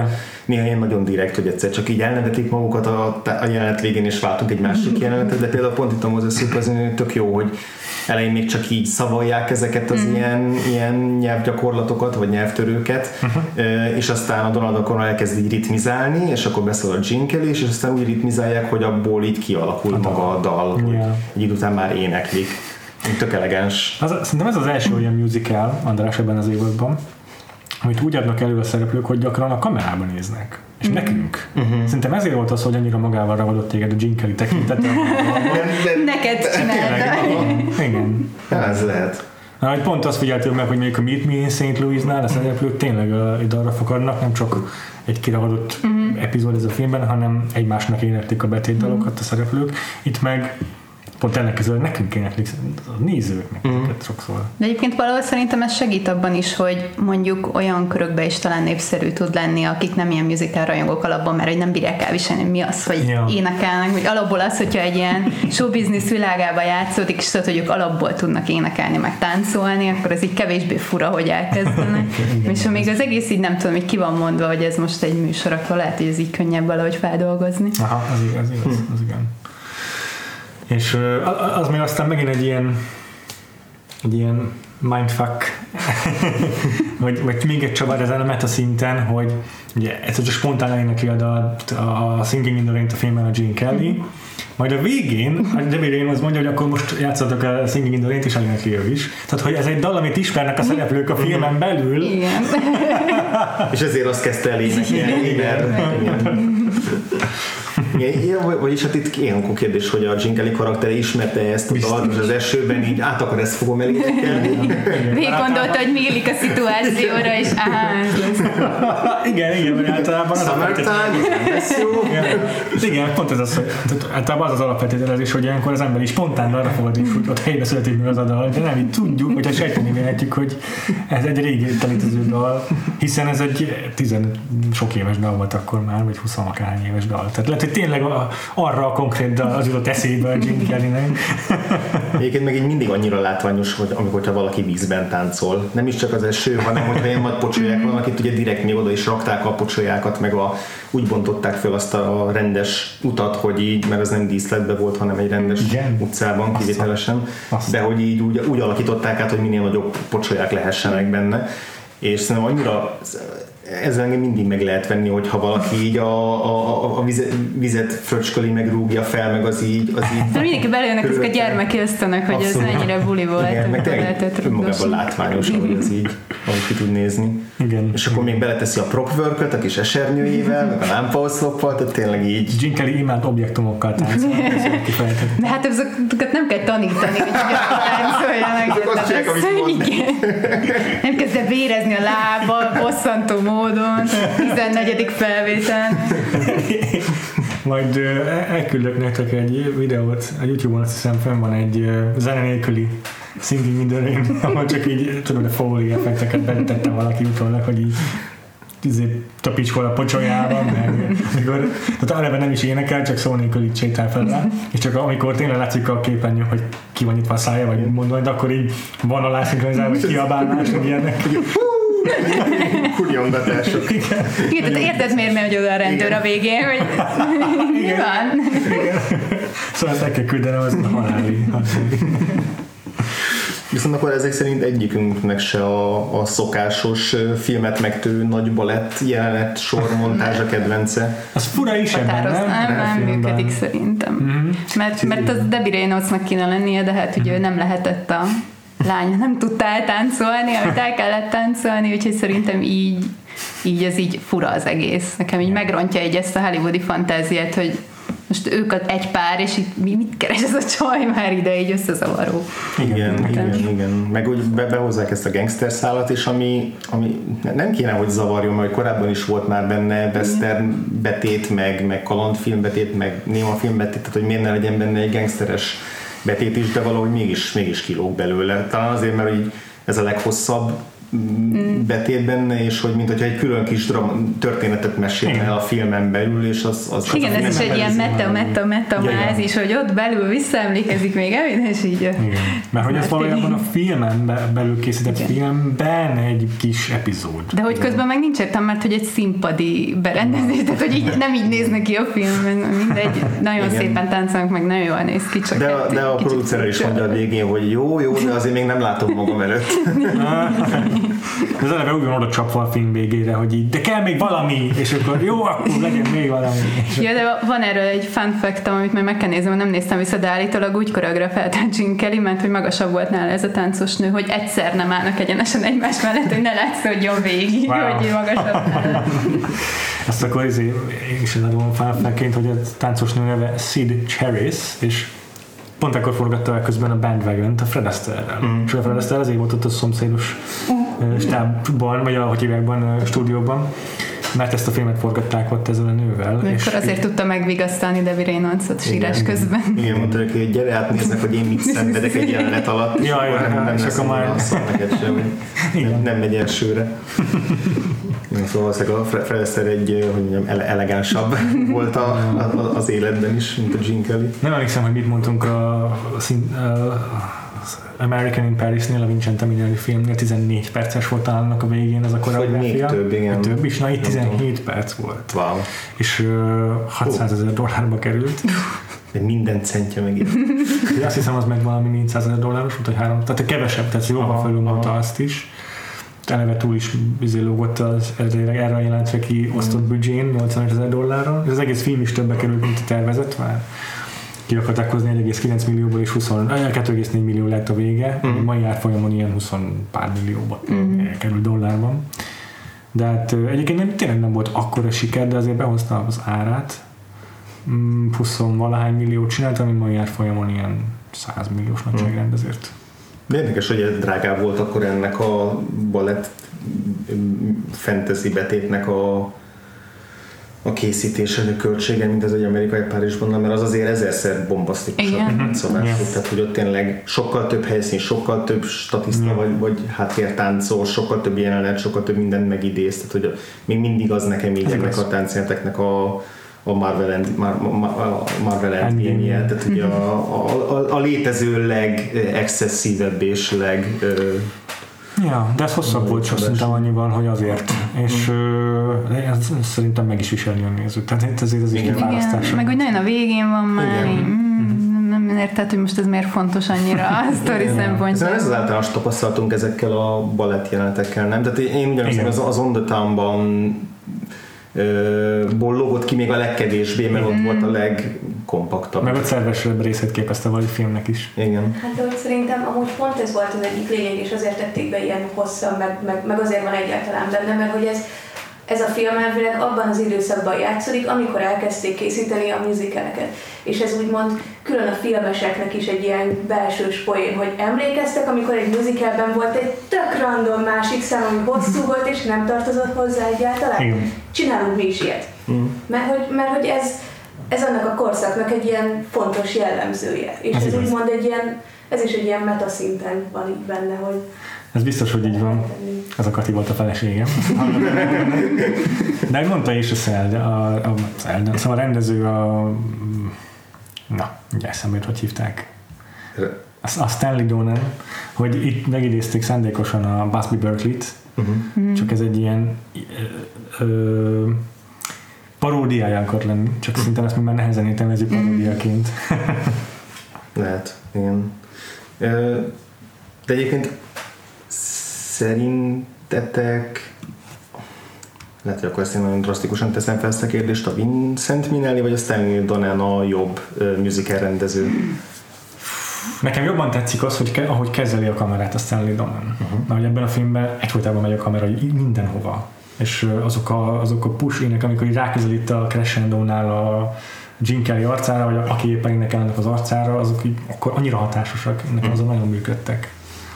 néha ilyen nagyon direkt, hogy egyszer csak így elnevetik magukat a jelenet végén, és váltunk egy másik jelenetet, de például pont itt a Moses az tök jó, hogy elején még csak így szavalják ezeket az ilyen nyelvgyakorlatokat, vagy nyelvtörőket, és aztán a Donald O'Connor elkezd így ritmizálni, és akkor beszél a Gene Kelly, és aztán úgy ritmizálják, hogy abból így kialakul maga a dal, hogy egy idő után már éneklik. Tök elegáns. Szerintem ez az első olyan musical, András, ebben az évadban, amit úgy adnak elő a szereplők, hogy gyakran a kamerában néznek. És nekünk. Szerintem ezért volt az, hogy annyira magával ragadott téged a Gene Kelly tekintete. Neked csinálta. Igen. Ez lehet. Pont azt figyeltük meg, hogy mondjuk a Meet Me in St. Louisnál a szereplők tényleg ide arra fogadnak, nem csak egy kiragadott epizód ez a filmben, hanem egymásnak éneklik a betétdalokat a szereplők. Itt meg pont ellenkezőleg nekünk éneklik, a nézőknek sokszor. De egyébként valahol szerintem ez segít abban is, hogy mondjuk olyan körökben is talán népszerű tud lenni, akik nem ilyen musical rajongók alapban, mert hogy nem bírják elviselni, mi az, hogy énekelnek, hogy alapból az, hogyha egy ilyen showbiznisz világában játszódik, és tudod, hogy ők alapból tudnak énekelni, meg táncolni, akkor ez így kevésbé fura, hogy elkezdenek. És amíg az egész így nem tudom, hogy ki van mondva, hogy ez most egy műsor, akkor lehet, hogy ez így könnyebb valahogy feldolgozni. Aha, az igen. És az még aztán megint egy ilyen mindfuck, vagy még egy csavar ezen a meta szinten, hogy ugye ez csak spontán elénekli a Singing in the Rain a filmben a Gene Kelly, majd a végén, a Debbie Reynolds mondja, hogy akkor most játszatok a Singing in the Rain-t, és elénekli ő is. Tehát, hogy ez egy dal, amit ismernek a szereplők a filmen belül. Igen. És ezért azt kezdte el énekelni. Igen, vagyis hát itt ilyenkor kérdés, hogy a Gene Kelly karaktere ismerte ezt a dalt, és az esőben így át akar ezt fogom elénekelni. Végig gondolta, hogy mílik a szituációra, és Igen, vagy általában az igen, pont ez az, hogy általában az alapfeltételezés, hogy ilyenkor az ember is spontán arra fogadik, hogy ott helybe születik meg az a dal, de nem így tudjuk, hogyha sejteni véletjük, hogy ez egy régi létező dal, hiszen ez egy 10 sok éves dal volt akkor már, vagy 20 akárhány éves dal. Tehát lehet, hogy tényleg arra a konkrét dal az jutott eszébe a Gene Kellynek. Egyébként meg így mindig annyira látványos, hogy amikor valaki vízben táncol. Nem is csak az eső, hanem hogyha ilyen nagy pocsolyák vannak, itt ugye direkt még oda is rakták a pocsolyákat, meg úgy bontották fel azt a rendes utat, hogy így, mert az nem díszletben volt, hanem egy rendes utcában kivételesen, de hogy így úgy alakították át, hogy minél nagyobb pocsolyák lehessenek benne. És szerintem annyira ezzel engem mindig meg lehet venni, hogyha valaki így a vizet fröcsköli, meg rúgja fel, meg az így... De mindenki belejönnek ezek a gyermeki ösztönök, hogy ez mennyire buli volt. Igen, meg tényleg önmagában látványos, hogy ez így ahogy ki tud nézni. Igen. És akkor még beleteszi a prop work-öt, a kis esernyőjével, meg a lámpaoszloppal, tehát tényleg így... Gene Kelly imád objektumokkal táncol. De hát ezeket nem kell tanítani, hogy táncoljanak. Nem kezd el vérezni a lába, bosszantó módon, 14. felvétel. Majd elküldök nektek egy videót, a YouTube-on azt hiszem fenn van egy zene nélküli Singing in the Rain, ahol csak így tudod a Foley effekteket betettem valaki utólag, hogy így tapicskol a pocsolyában, amikor eleve nem is énekel, csak szó nélkül így sétál fel rá, és csak amikor tényleg látszik a képernyőn, hogy ki van nyitva a szája, vagy mondani, de akkor így van alá szinkronizálva, vagy kiabálás, meg ilyenek. Kurjongatások. Igen, tehát érted miért megy oda a rendőr a végén, hogy mi van? Szóval ezt el kell küldenem, az a haláli. Viszont akkor ezek szerint egyikünknek se a szokásos filmet megtő nagy balett jelenet sormontázsa kedvence. Az fura is ebben, nem működik szerintem. Mert az Debbie Reynoldsnak kéne lennie, de hát ugye nem lehetett a lány, nem tudta eltáncolni, amit el kellett táncolni, úgyhogy szerintem így ez így fura az egész. Nekem így megrontja ezt a hollywoodi fantáziát, hogy most ők egy pár, és itt mit keres ez a csaj már ide, így összezavaró. Igen. Meg úgy behozzák ezt a gangster szálat is, ami nem kéne, hogy zavarjon, mert korábban is volt már benne western betét, meg kalandfilm betét, meg némafilm betét, tehát hogy miért ne legyen benne egy gangsteres betét is, de valahogy mégis kilóg belőle. Talán azért, mert így ez a leghosszabb betétben, és hogy mint hogyha egy külön kis történetet mesélne el a filmen belül, és az igen, ez is egy ilyen meta is, hogy ott belül visszaemlékezik még és így. Igen. Mert hogy ez valójában a filmen belül készített filmben egy kis epizód. De hogy közben meg nincs értem, mert hogy egy színpadi berendezés, tehát hogy így, nem így néznek ki a filmben, mindegy, nagyon szépen táncolnak, meg nagyon jól néz ki. Csak de a producer is mondja a végén, hogy jó, de azért még nem látom magam előtt. Az eleve úgy van oda csapva a film végére, hogy így, de kell még valami, és akkor jó, akkor legyen még valami. Ja, de van erről egy fun fact, amit majd meg kell nézni, nem néztem vissza, de állítólag úgy koreografálta Gene Kelly, mert hogy magasabb volt nála ez a táncos nő, hogy egyszer nem állnak egyenesen egymás mellett, hogy ne látszódjon végig, hogy magasabb nála. Ezt akkor én is adom fun fact-ként, hogy a táncos nő neve Sid Charisse, és pont akkor forgatta el közben a Bandwagon-t a Fred Astaire-rel. És a Fred Astaire azért volt ott a szomszédos stábban, vagy a stúdióban, mert ezt a filmet forgatták ott ezzel a nővel. És akkor azért tudta megvigasztalni Debbie Reynolds-ot sírás közben. Igen, mondta neki, hogy gyere átnéznek, hogy én mit szenvedek egy jelenet alatt. Nem lesz annyira asszal neked sem, nem megy elsőre. Szóval a Fred Astaire egy elegánsabb volt az életben is, mint a Gene Kelly. Nem emlékszem, hogy mit mondtunk American in Paris-nél, a Vincente Minnelli filmnél 14 perces volt annak a végén az a koreográfia. Még több, igen. Több is, na itt 17 perc volt. Wow. És $600,000 került. De minden centje megint. Azt hiszem, az meg valami $400,000 volt, vagy 3, tehát kevesebb, tehát jobban felülmondta azt is. Eleve túl is lógott az erre a jelentre ki osztott büdzsén $85,000. És az egész film is többe került, mint a tervezet már. Ki akarták hozni 1,9 millióból, és 2,4 millió lett a vége. Mai árfolyamon ilyen 20 pár millióba kerül dollárban. De hát egyébként tényleg nem volt akkora siker, de azért behozta az árát. 20-valahány milliót csinált, ami mai árfolyamon ilyen 100 milliós nagyságrend azért. De érdekes, hogy ez drágább volt akkor ennek a balett fantasy betétnek a készítése, a költsége, mint ez egy amerikai Párizsban, mert az azért 1000-szer bombasztikusabb szobás. Tehát, hogy ott tényleg sokkal több helyszín, sokkal több statiszta vagy háttértáncos, sokkal több jelenet, sokkal több mindent megidéz. Tehát, hogy még mindig az nekem így ennek a táncjáteknek a Marvel Endgame-je, tehát ugye a létező legexcesszívebb és ja, de ez hosszabb volt, csak szerintem annyiban, hogy azért. És ez szerintem meg is viselni a nézőt. Tehát ezért az is egy választás. Meg hogy nagyon a végén van már. Nem érted, hogy most ez miért fontos annyira a sztori szempontjából. Ez az általános tapasztalatunk ezekkel a balett jelenetekkel, nem? Tehát én ugyanazt az On the Town-ban bollogott ki még a legkevésbé, mert ott volt a legkompaktabb. Meg a szervesebb részét képezte valahogy filmnek is. Igen. Hát de szerintem amúgy pont ez volt az egyik lényeg, és azért tették be ilyen hosszan, meg azért van egyáltalán benne, mert hogy ez a film elvileg abban az időszakban játszódik, amikor elkezdték készíteni a musicaleket. És ez úgymond külön a filmeseknek is egy ilyen belsős poén, hogy emlékeztek, amikor egy musicalben volt egy tök random másik szám, ami hosszú volt, és nem tartozott hozzá egyáltalán? Igen. Csinálunk mi is ilyet. Mert hogy ez annak a korszaknak egy ilyen fontos jellemzője. És ez úgymond ez is egy ilyen metaszinten van így benne, hogy ez biztos, hogy így van. Ez a Kati volt a feleségem. De mondta is a Zelda, szóval a rendező ugye eszembe hogy hívták. A Stanley Donen, hogy itt megidézték szándékosan a Busby Berkeley-t, csak ez egy ilyen paródiája akar lenni, csak szerintem ezt már nehezen értelmezzük paródiaként. Lehet, igen. De egyébként szerintetek, lehet, hogy akkor ezt én nagyon drasztikusan teszem fel ezt a kérdést, a Vincent Minnelli vagy a Stanley Donen a jobb musical rendező? Nekem jobban tetszik az, hogy ahogy kezeli a kamerát a Stanley Donen. Mert ebben a filmben egyfolytában megy a kamera mindenhova. És azok a push ének, amikor így ráközelít a crescendónál a Gene Kelly arcára, vagy aki éppen énekel ennek az arcára, azok így akkor annyira hatásosak, nekem azok nagyon működtek.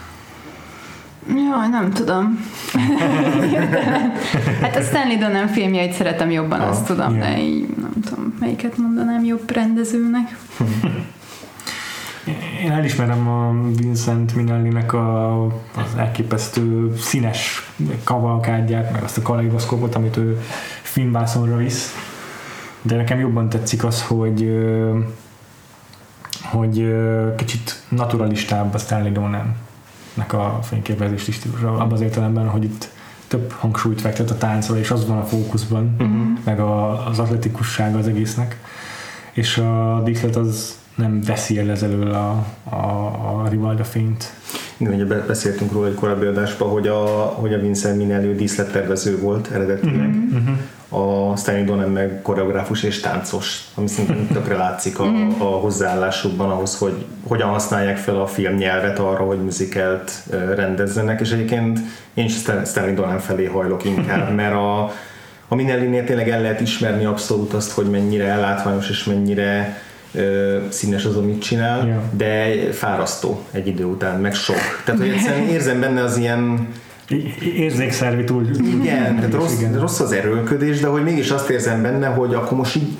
Jaj, nem tudom. Hát a Stanley Donen filmjeit szeretem jobban, azt tudom, de így nem tudom, melyiket mondanám jobb rendezőnek. Én elismerem a Vincent Minnellinek az elképesztő színes kavalkádját, meg azt a kaleidoszkópot, amit ő filmvászonra visz, de nekem jobban tetszik az, hogy kicsit naturalistább a Stanley Donen-nek a fényképezési stílusa, abban az értelemben, hogy itt több hangsúlyt fektet a táncra, és az van a fókuszban, meg az atletikussága az egésznek, és a díszlet az nem veszi el ezelől a Rivalda fényt. Igen, ugye beszéltünk róla egy korábbi adásban, hogy a Vincent Minnelli díszlettervező volt eredetileg. A Stanley Donen meg koreográfus és táncos, ami szintén tökre látszik a hozzáállásukban ahhoz, hogy hogyan használják fel a filmnyelvet arra, hogy musicalt rendezzenek, és egyébként én is Stanley Donen felé hajlok inkább, mert a Minnellinél tényleg el lehet ismerni abszolút azt, hogy mennyire látványos és mennyire színes az, amit csinál, de fárasztó egy idő után, meg sok. Tehát, hogy egyszerűen érzem benne az ilyen érzékszervi túl. Igen, tehát rossz az erőlködés, de hogy mégis azt érzem benne, hogy akkor most így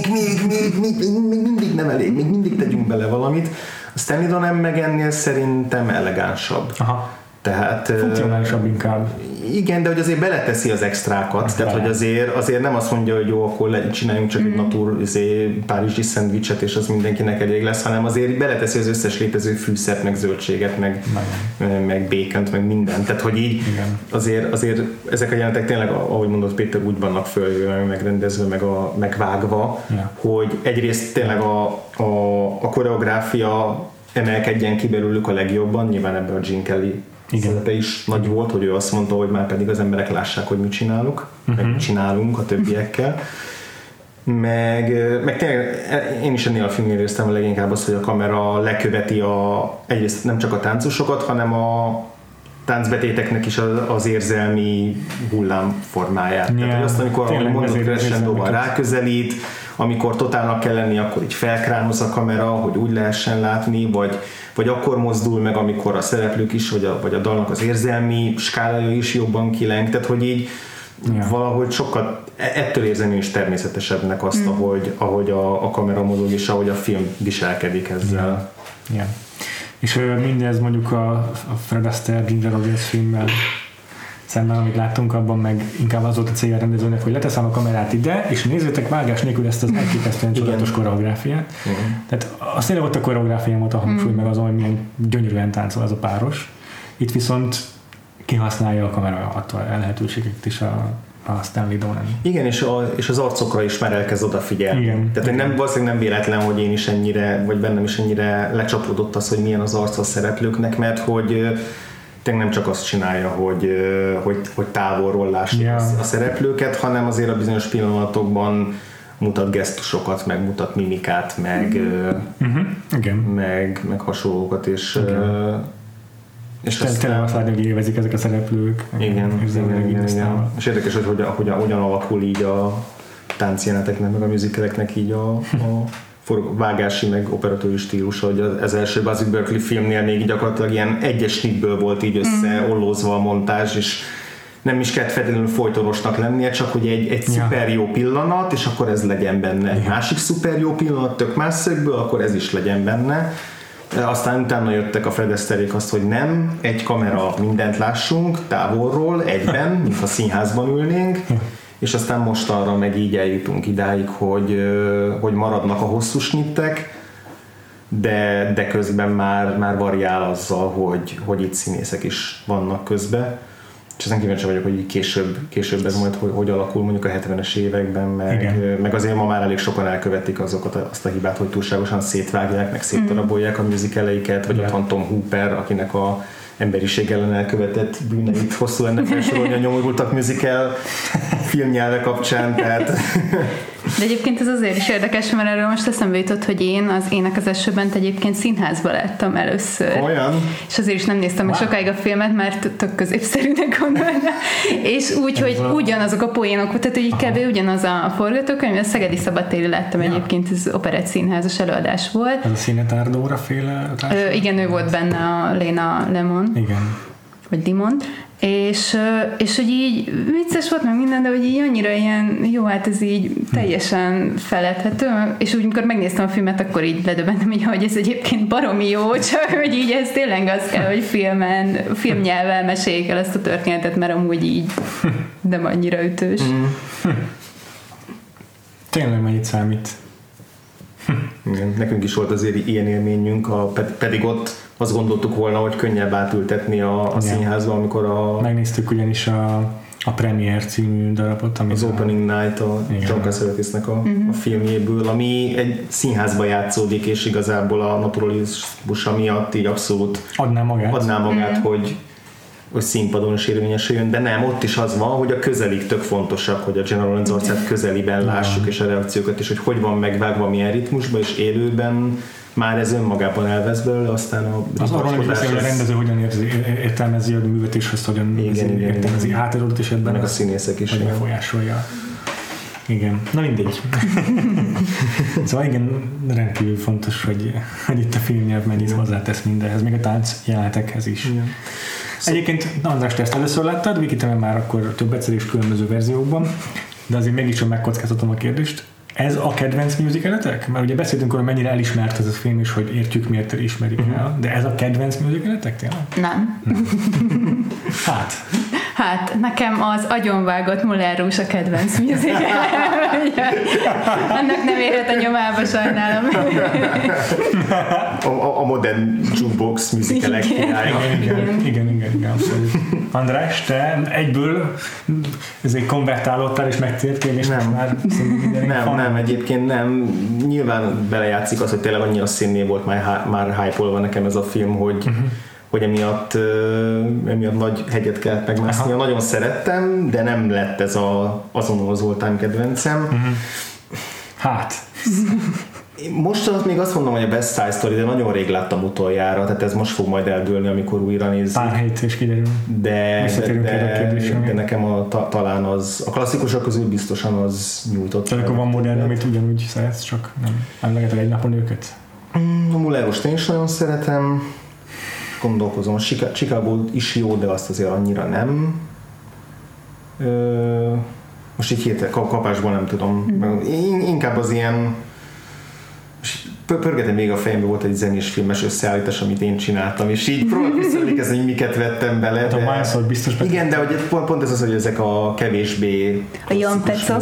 még mindig nem elég, még mindig tegyünk bele valamit. A Stanley Donen meg ennél szerintem elegánsabb. Aha. Tehát, funkcionálisabb inkább. Igen, de hogy azért beleteszi az extrákat, tehát hogy azért nem azt mondja, hogy jó, akkor csináljunk csak egy párizsi szendvicset, és az mindenkinek elég lesz, hanem azért beleteszi az összes létező fűszert, meg zöldséget, meg bacont, meg mindent. Tehát, hogy így azért ezek a jelenetek tényleg, ahogy mondott Péter, úgy vannak följöve, megrendezve, megvágva, hogy egyrészt tényleg a koreográfia emelkedjen ki belőlük a legjobban, nyilván ebben a Gene Kelly szerepe is nagy volt, hogy ő azt mondta, hogy már pedig az emberek lássák, hogy mit csinálunk, meg mit csinálunk a többiekkel. Meg tényleg én is ennél a filmnél éreztem a leginkább azt, hogy a kamera leköveti egyrészt nem csak a táncosokat, hanem a táncbetéteknek is az érzelmi hullámformáját. Tehát azt, amikor mondott Crescendóval ráközelít, amikor totálnak kell lenni, akkor így felkránoz a kamera, hogy úgy lehessen látni, vagy akkor mozdul meg, amikor a szereplők is, vagy a dalnak az érzelmi skálája is jobban kileng, tehát hogy így valahogy sokkal, ettől érzem én is természetesebbnek azt, ahogy a kamera mozog, és ahogy a film viselkedik ezzel. Yeah. És mindez mondjuk a Fred Astaire, Ginger Rogers filmmel szemben, amit láttunk, abban meg inkább az volt a célja rendezőnek, hogy leteszem a kamerát ide, és nézzétek vágás nélkül ezt az elképesztően csodálatos koreográfiát. Tehát azt tényleg ott a koreográfián volt a hangsúly, meg azon, hogy milyen gyönyörűen táncol az a páros. Itt viszont kihasználja a kamera adta lehetőségeket is a Stanley Donen. Igen, és az arcokra is már elkezd odafigyelni. Igen. Tehát valószínűleg nem véletlen, hogy én is ennyire, vagy bennem is ennyire lecsapódott az, hogy milyen az arc a szereplőknek, mert hogy tényleg nem csak azt csinálja, hogy távolról lássuk a szereplőket, hanem azért a bizonyos pillanatokban mutat gesztusokat, meg mutat mimikát, meg hasonlókat, és tényleg azt látni, hogy élvezik ezek a szereplők. Igen. És érdekes, hogy hogyan alakul így a táncjeleneteknek, meg a musicaleknek így a vágási, meg operatőri stílus, hogy az első Busby Berkeley filmnél még gyakorlatilag ilyen egyes snitből volt így összeollózva a montázs, és nem is kellett feltétlenül folytonosnak lennie, csak hogy egy szuper jó pillanat, és akkor ez legyen benne. Egy másik szuper jó pillanat, tök más szögből, akkor ez is legyen benne. Aztán utána jöttek a Fred Astairék azt, hogy nem, egy kamera, mindent lássunk, távolról, egyben, mint ha színházban ülnénk, és aztán most arra meg így eljutunk idáig, hogy maradnak a hosszú snittek, de közben már variál azzal, hogy itt színészek is vannak közben. És aztán kíváncsi vagyok, hogy később ez majd hogy alakul mondjuk a 70-es években, meg azért ma már elég sokan elkövetik azt a hibát, hogy túlságosan szétvágják, meg széttarabolják a musicaleiket, vagy ott van Tom Hooper, akinek a emberiség ellen elkövetett bűneit hosszú lenne felsorolni a nyomorultak musical filmnyelve kapcsán, tehát... De egyébként ez azért is érdekes, mert erről most eszembe jutott, hogy én az Ének az esőben egyébként színházba láttam először. Olyan? És azért is nem néztem meg sokáig a filmet, mert tök középszerűnek gondoltam. És úgy, hogy ugyanazok a poénok, tehát hogy kb. Ugyanaz a forgatókönyv, a Szegedi Szabadtéri láttam egyébként, ez operett színházas előadás volt. Ez a Színetárdóra féle? Igen, ő volt benne, a Léna Lemon. Igen. vagy Dimond, és hogy így vicces volt meg minden, de hogy így annyira ilyen, jó, hát ez így teljesen feledhető, és úgy, amikor megnéztem a filmet, akkor így ledöbbentem, hogy ez egyébként baromi jó, csak hogy így ez tényleg az kell, hogy filmnyelvvel meséljék el ezt a történetet, mert amúgy így nem annyira ütős. Tényleg mennyit számít. Igen, nekünk is volt azért ilyen élményünk, pedig ott azt gondoltuk volna, hogy könnyebb átültetni a színházba, amikor megnéztük ugyanis a Premiere című darabot, ami az Opening Night a John Cassavetes-nek a filmjéből, ami egy színházba játszódik, és igazából a naturalizmusa miatt így abszolút adná magát, hogy színpadon is érvényesüljön, de nem, ott is az van, hogy a közelik tök fontosabb, hogy a General Lens arcát közeliben lássuk, és a reakciókat, és hogy van megvágva milyen ritmusban, és élőben már ez önmagában elvesz belőle, aztán az arról is beszél, hogy a rendező hogyan értelmezi a művet, és azt hogyan értelmezi átadott, és ebben a színészek is befolyásolja. Igen, na mindegy. Szóval igen, rendkívül fontos, hogy itt a filmnyelv mennyit hozzátesz mindenhez, még a tánc jelenetekhez is. Igen. Egyébként András, te ezt először láttad, Viki, te már akkor több egyszer is különböző verziókban, de azért mégiscsak megkockáztatom a kérdést. Ez a kedvenc musicaletek? Mert ugye beszéltünk arról, mennyire elismert ez a film, és hogy értjük, miért ismerik el, de ez a kedvenc musicaletek tényleg? Nem. Hát, nekem az agyonvágott Moulin Rouge a kedvenc musical. Annak nem érhet a nyomába, sajnálom. A modern jukebox musicalek királya. Igen, abszolút. András, te egyből ezért konvertálódtál és megtértél, és már nem, egyébként nem. Nyilván belejátszik az, hogy tényleg annyira színnél volt már hype-olva nekem ez a film, hogy emiatt nagy hegyet kellett megmásznia. Nagyon szerettem, de nem lett ez azonnal az all-time kedvencem. Hát. Most még azt mondom, hogy a Best Side Story, de nagyon rég láttam utoljára, tehát ez most fog majd eldőlni, amikor újra nézzük. Pár hét és kiderül. De nekem talán az, a klasszikusok közül biztosan az nyújtott. Tehát akkor van modern, amit ugyanúgy szeretsz, csak nem emlegeted egy napon őket? A Moulin Rouge-t én is nagyon szeretem. Gondolkozom, a Chicago is jó, de azt azért annyira nem. Most így hirtelen kapásból nem tudom. Inkább az ilyen pörgetem még a fejembe, volt egy zenés filmes összeállítás, amit én csináltam, és így próbálok visszaemlékezni, hogy miket vettem bele. De biztos. Igen, de hogy pont ez az, hogy ezek a kevésbé a Jan Pecok.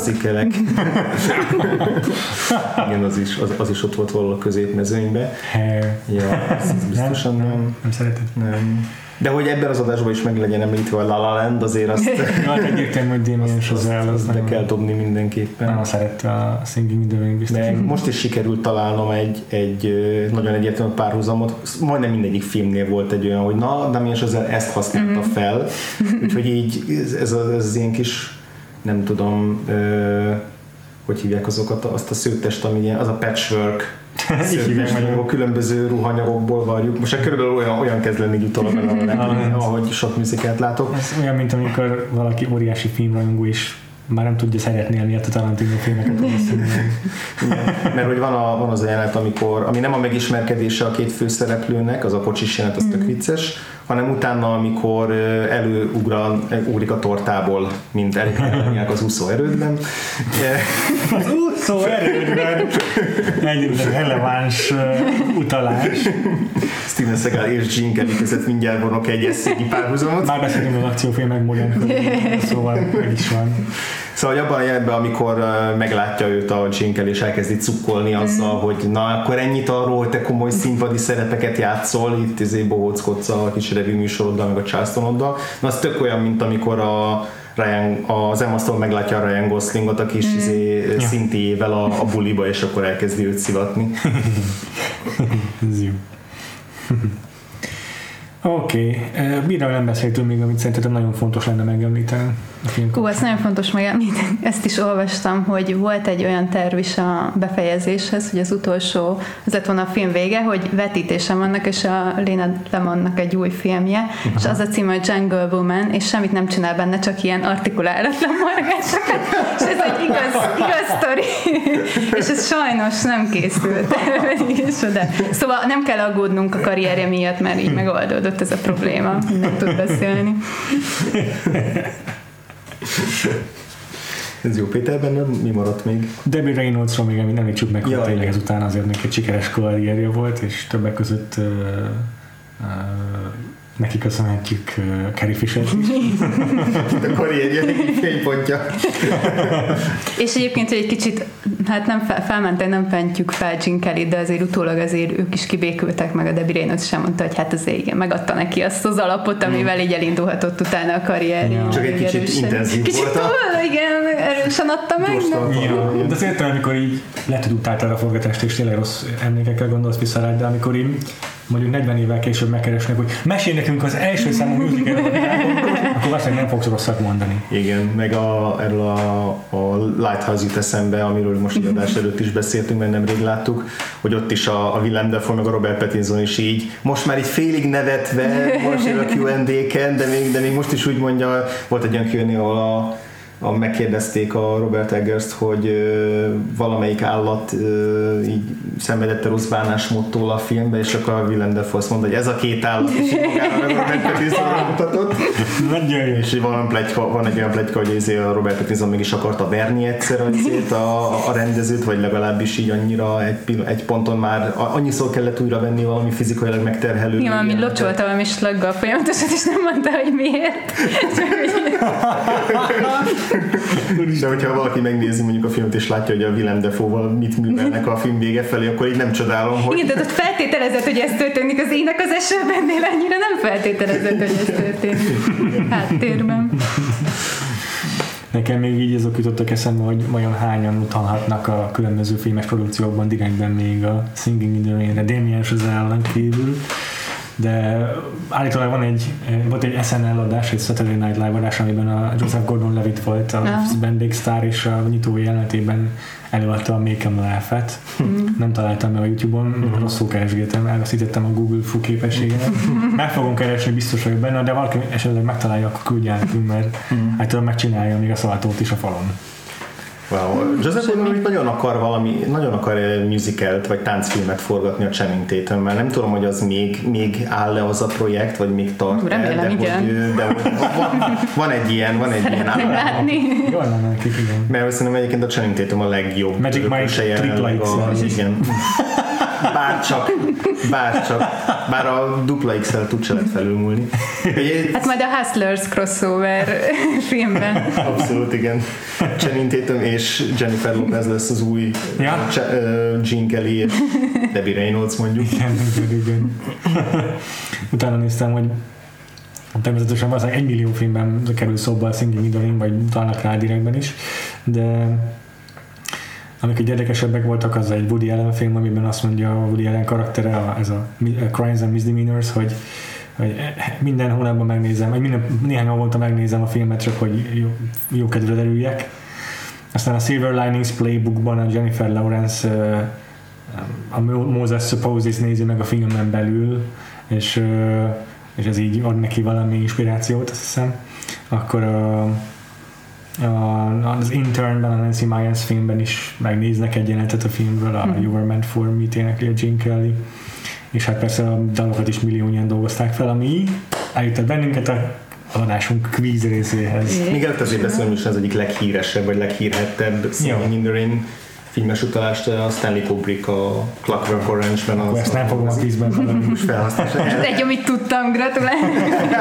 Igen, az is ott volt valahol a középmezőnybe. Ja, ez biztosan nem. Nem szereted? Nem. De hogy ebben az adásban is meg legyen említve a La La Land, azért azt egyértelmű, hogy Damien Chazelle az be kell dobni mindenképpen. Nem szerette a Singing in the Rain biztos. De most is sikerült találnom egy nagyon egyértelmű párhuzamot. Majdnem mindegyik filmnél volt egy olyan, hogy na, Damien Chazelle ezt használta fel. Úgyhogy így ez ilyen kis, nem tudom, hogy hívják azokat, azt a szőttest, ami ilyen, az a patchwork, a különböző ruhanyagokból varjuk. Most körülbelül olyan kezd lenni utólag, ahogy sok musicalt látok. Ez olyan, mint amikor valaki óriási filmrajongó is már nem tudja szeretni emiatt a Tarantino filmeket. Mert hogy van az a jelenet, ami nem a megismerkedése a két főszereplőnek, az a kocsis jelenet, az tök vicces, hanem utána, amikor előugrik a tortából, mint elég az úszóerődben. Az úszóerődben! Ennyire releváns utalás. Steven Seagal és Gene Kelly között mindjárt vonok egy eszégi párhuzamot. Már beszélünk az akciófilmek modern, szóval meg is van. Szóval abban a jelenetben, amikor meglátja őt a Gene Kelly és elkezdi cukkolni azzal, hogy na, akkor ennyit arról, hogy te komoly színpadi szerepeket játszol, itt bohóckodsz a kis revű műsoroddal, meg a Charlestonoddal. Na, az tök olyan, mint amikor az Emma Stone meglátja a Ryan Goslingot a kis szintiével a buliba, és akkor elkezdi őt szivatni. Ez jó. Oké. Miről nem beszéltünk még, amit szerintem nagyon fontos lenne megemlíteni? Ez nagyon fontos megemlíteni. Ezt is olvastam, hogy volt egy olyan terv is a befejezéshez, hogy az utolsó, ez lett volna a film vége, hogy vetítésem vannak, és a Lena Lemonnak egy új filmje, és az a cím, hogy Jungle Woman, és semmit nem csinál benne, csak ilyen artikulálatlan morgásokat, és ez egy igaz sztori. És ez sajnos nem készült. Szóval nem kell aggódnunk a karrierje miatt, mert így megoldódott volt ez a probléma, nem tud beszélni. Ez jó, Péter, benne mi maradt még? Debbie Reynoldsról még említsük meg, hogy tényleg ezután azért neki egy sikeres karrierje volt, és többek között neki köszönhetjük Carrie Fisher-t is. A karrierje fénypontja. És egyébként, hogy egy kicsit, hát nem felmenteni, nem pentjük fel Gene Kelly, de azért utólag azért ők is kibékültek, meg a Debbie Reynolds sem mondta, hogy hát azért igen, megadta neki azt az alapot, amivel így elindulhatott utána a karrierje. Ja. Csak egy kicsit intenzív volt. Igen, erősen adta meg. Ja. De azért, amikor így letudultál a forgatást, és tényleg rossz emlékekkel gondolsz vissza rá, de amikor így mondjuk 40 évvel később megkeresnek, hogy mesélj nekünk az első számú musical a világon, akkor valószínűleg nem fogsz rosszat mondani. Igen, meg erről a Lighthouse jut eszembe, amiről most így adás előtt is beszéltünk, mert nemrég láttuk, hogy ott is a Willem Dafoe meg a Robert Pattinson is így, most már így félig nevetve, most a Q&A-ken, de még most is úgy mondja, volt egy olyan Q&A, ahol megkérdezték a Robert Eggers-t, hogy valamelyik állat így szenvedette rossz bánásmódtól a filmbe, és akkor a Willem Dafoe azt mondta, hogy ez a két állat is így magára Robert Pattinsonra mutatott. És van egy olyan pletyka, hogy a Robert Pattinson meg is akarta verni egyszer a rendezőt, vagy legalábbis így annyira egy ponton már annyiszor kellett újra venni valami fizikailag megterhelő. Igen, ami locsolta valami slaggal folyamatosan, és nem mondta, hogy miért. De hogyha valaki megnézi mondjuk a filmet és látja, hogy a Willem Dafoe-val mit művelnek a film vége felé, akkor így nem csodálom, hogy... Igen, tehát ott feltételezett, hogy ez történik, az ének az esőbennél annyira nem feltételezett, hogy ez történik háttérben. Nekem még így azok jutottak eszembe, hogy vajon hányan utalhatnak a különböző filmes produkciókban direktben még a Singing in the Rain-re, Damien Chazelle kívül. De állítólag volt egy SNL adás, egy Saturday Night Live adás, amiben a Joseph Gordon-Levitt volt a vendégsztár, és a nyitó jelenetében előadta a Make 'em Laugh-et. Nem találtam meg a YouTube-on, rosszul keresgéltem, elveszítettem a Google fú képességet. Meg fogom keresni, biztos vagyok benne, de valaki esetleg megtalálja, akkor küldje nekünk, mert általában megcsinálja még a szalatót is a falon. Wow. Joseph Gordon-Levitt nagyon akar musicalt vagy táncfilmet forgatni a Channing Tatum-mel. Nem tudom, hogy az még áll le az a projekt, vagy még tart. Remélem, de van egy ilyen állam. Jól lenne nekik, igen. Mert szerintem egyébként a Channing Tatum a legjobb. Magic Mike Triple igen. Bár a dupla XL tud se lehet felülmúlni. Hát majd a Hustlers crossover filmben. Abszolút, igen. Channing Tatum és Jennifer Lopez lesz az új Gene Kelly és Debbie Reynolds mondjuk. Igen. Utána néztem, hogy természetesen valószínűleg 1 millió filmben kerül szóba a Singing in the Rain, vagy utalnak rá direktben is, de amik érdekesebbek voltak, az egy Woody Allen film, amiben azt mondja a Woody Allen karaktere, ez a Crimes and Misdemeanors, hogy minden hónapban megnézem, vagy néhány hónapban megnézem a filmet, csak hogy jó kedvre derüljek. Aztán a Silver Linings Playbookban a Jennifer Lawrence a Moses Supposes nézi meg a filmen belül, és ez így ad neki valami inspirációt, azt hiszem. Akkor az Internben, a Nancy Myers filmben is megnéznek egy jelenetet a filmről, a You Were Meant For Me-t énekli a Gene Kelly, és hát persze a dalokat is milliónyian dolgozták fel, ami eljutott bennünket a adásunk kvíz részéhez. Még előtt azért beszélni is az egyik leghíresebb, vagy leghírhettebb Singing in the Rain filmes utalást, a Stanley Kubrick a Clockwork Orange-ben. Akkor ezt nem fogom a kvízben felhasználni. Egy, amit tudtam, gratulálni.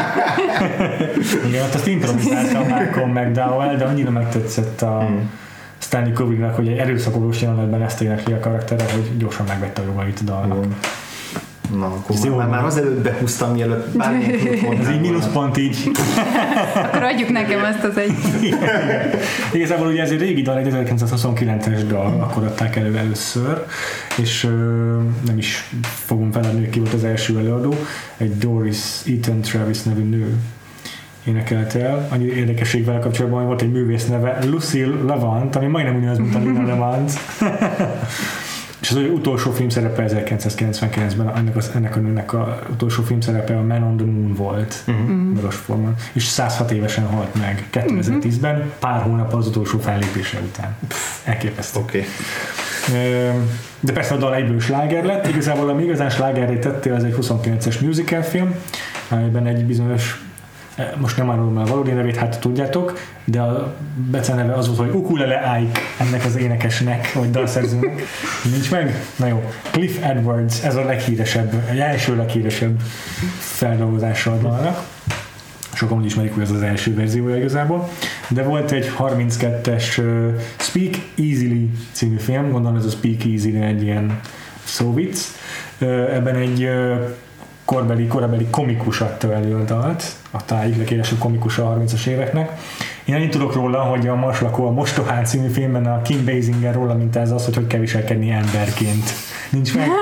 Igen, azt improvizáltam Malcolm McDowell, de annyira megtetszett a Stanley Kubricknak, hogy egy erőszakos jelenetben ezt énekli a karaktere, hogy gyorsan megvette a jogait a dalnak. Na, akkor már azelőtt behúztam, mielőtt bármilyen mondani. Ez így mínuszpont így. Akkor adjuk nekem azt az egy. Igazából ugye ez egy régi dal, egy 1929-es dal, akkor adták elő először, és nem is fogom feladni, hogy ki volt az első előadó. Egy Doris Eaton Travis nevű nő énekelt el. Annyi érdekességvel kapcsolatban volt egy művész neve, Lucille Levant, ami majdnem ugyanaz, mint a Lina Levant. És az utolsó filmszerepe 1999-ben, ennek a nőnek az utolsó filmszerepe a Man on the Moon volt, magas formán, és 106 évesen halt meg 2010-ben, pár hónap az utolsó fellépése után. Elképesztő. Okay. De persze a dal egyből sláger lett, igazából ami igazán slágerré tette, az egy 29-es musical film, amelyben egy bizonyos, most nem árulom el a valódi nevét, hát tudjátok, de a beceneve az volt, hogy Ukulele Ike ennek az énekesnek, vagy dalszerzőnek. Nincs meg? Na jó. Cliff Edwards, ez a leghíresebb, egy első leghíresebb feldolgozása a dalnak. Sokan úgy ismerik, hogy ez az első verziója igazából. De volt egy 32-es Speak Easily című film, gondolom ez a Speak Easy egy ilyen szóvic. Ebben egy korabeli komikus adta elő a dalt, a tájék leghíresebb komikus a 30-as éveknek. Én annyit tudok róla, hogy a Marslakó a Mostohán című filmben a Kim Basinger róla mintázza az, hogy kell viselkedni emberként. Nincs meg?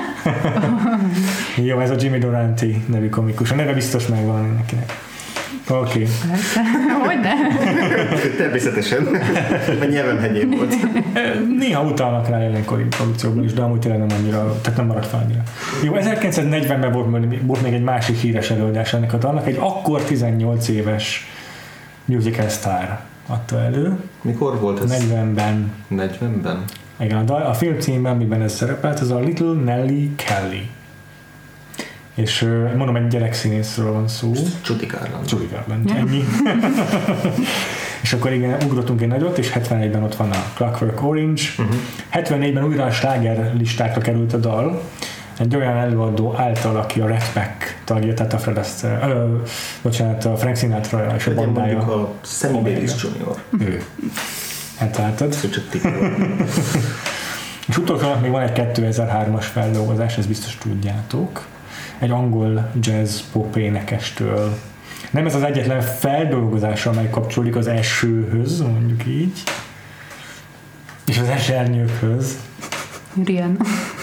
Jó, ez a Jimmy Durante nevű komikus. A neve biztos megvan nekinek. Oké. Okay. Hogy ne? Természetesen. A nyelvem hegyén volt. Néha utalnak rá jelenkori produkciókban is, de amúgy tényleg nem annyira, tehát nem maradt fel annyira. Jó, 1940-ben volt még egy másik híres előadás ennek a dalnak, egy akkor 18 éves musical star adta elő. Mikor volt ez? 40-ben. 40-ben? Igen, a film címben, amiben ez szerepelt, ez a Little Nellie Kelly. És mondom, egy gyerekszínészről van szó. Judy Garland. Ennyi. És akkor igen, ugrottunk egy nagyot, és 71-ben ott van a Clockwork Orange. 74-ben újra a sláger listákra került a dal. Egy olyan előadó által, aki a Rat Pack tagja, tehát a a Frank Sinatra és a bandája. Mondjuk a Sammy Davis Jr. Ő. Hát látod. Csak és utolsónak még van egy 2003-as feldolgozás, ezt biztos tudjátok. Egy angol jazz pop énekestől. Nem ez az egyetlen feldolgozása, amely kapcsolódik az esőhöz, mondjuk így, és az esernyőkhöz. Rihanna.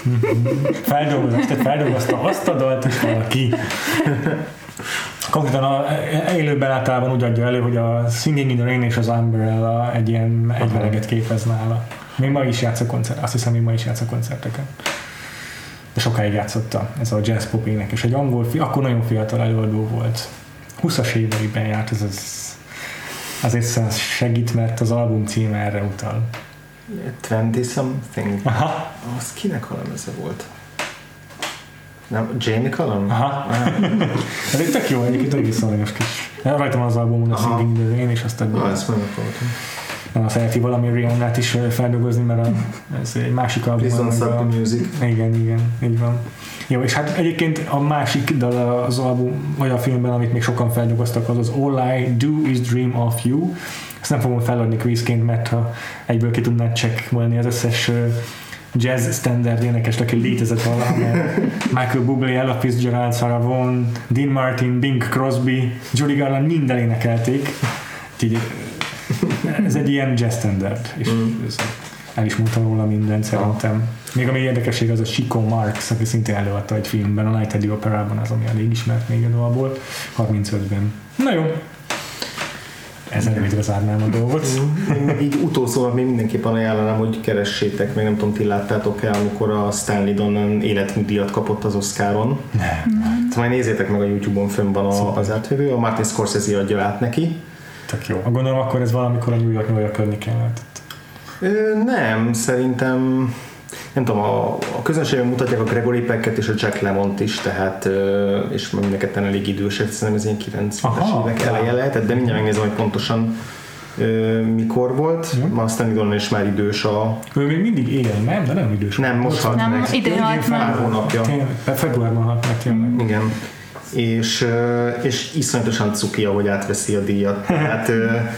Feldolgozta azt a dalt is valaki. Konkrétan élőben általában úgy adja elő, hogy a Singing in the Rain és az Umbrella egy ilyen egyveleget képez nála. Még ma is játsz a koncert, azt hiszem, még ma is játsz a koncerteken. De sokáig játszotta ez a jazz pop énekes. Egy angol, akkor nagyon fiatal előadó volt. 20-as éveiben járt, ez azért segít, mert az album címe erre utal. 20-something? Aha. Az kinek a lemeze volt? Nem, Jamie Cullum? Aha. Ez egy tök jó, egyébként egész aranyos kis. Rajta van az albumon a Singing in the Rain, és azt adja. Ezt megakartam. Nem szereti valami Rihannát is feldolgozni, mert ez egy másik album. Prisons of the Music. Igen, így van. Jó, és hát egyébként a másik dal az album, vagy a filmben, amit még sokan feldolgoztak, az All I Do Is Dream of You. Ezt nem fogom feladni kvízként, mert ha egyből ki tudnád csekkolni az összes jazz standard énekest, aki létezett valaha, Michael Bublé, Ella Fitzgerald, Sarah Vaughan, Dean Martin, Bing Crosby, Judy Garland mind elénekelték. Így, ez egy ilyen jazz standard, és el is mondtam róla mindent szerintem. Még ami érdekesség az a Chico Marx, aki szintén előadta egy filmben, a Night at the Opera-ban, az, ami elég ismert még a dalból, 35-ben. Na jó, ezzel rövidre zárnám a dolgot. Így utószóval még mindenképpen ajánlanám, hogy keressétek, meg nem tudom, ti láttátok el, amikor a Stanley Donen életműdíjat kapott az Oscaron. Nem. Majd nézzétek meg a YouTube-on, fönn van az átvevő, a Martin Scorsese adja át neki. Tök jó. Gondolom akkor ez valamikor a New York környéken lehetett. Nem, szerintem nem tudom, a közönségben mutatják a Gregory Pecket és a Jack Lemmont is, tehát és mindenketten elég idősek, szerintem ez ilyen 90-es évek eleje lehetett, de mindjárt megnézem, hogy pontosan mikor volt. Ma Stanley Donen is már idős Ő még mindig él, nem? De nem idős. Nem, most halt meg. Idén halt meg. Pár hónapja. Februárban halt meg tényleg. Igen. És iszonyatosan cuki, ahogy átveszi a díjat. Tehát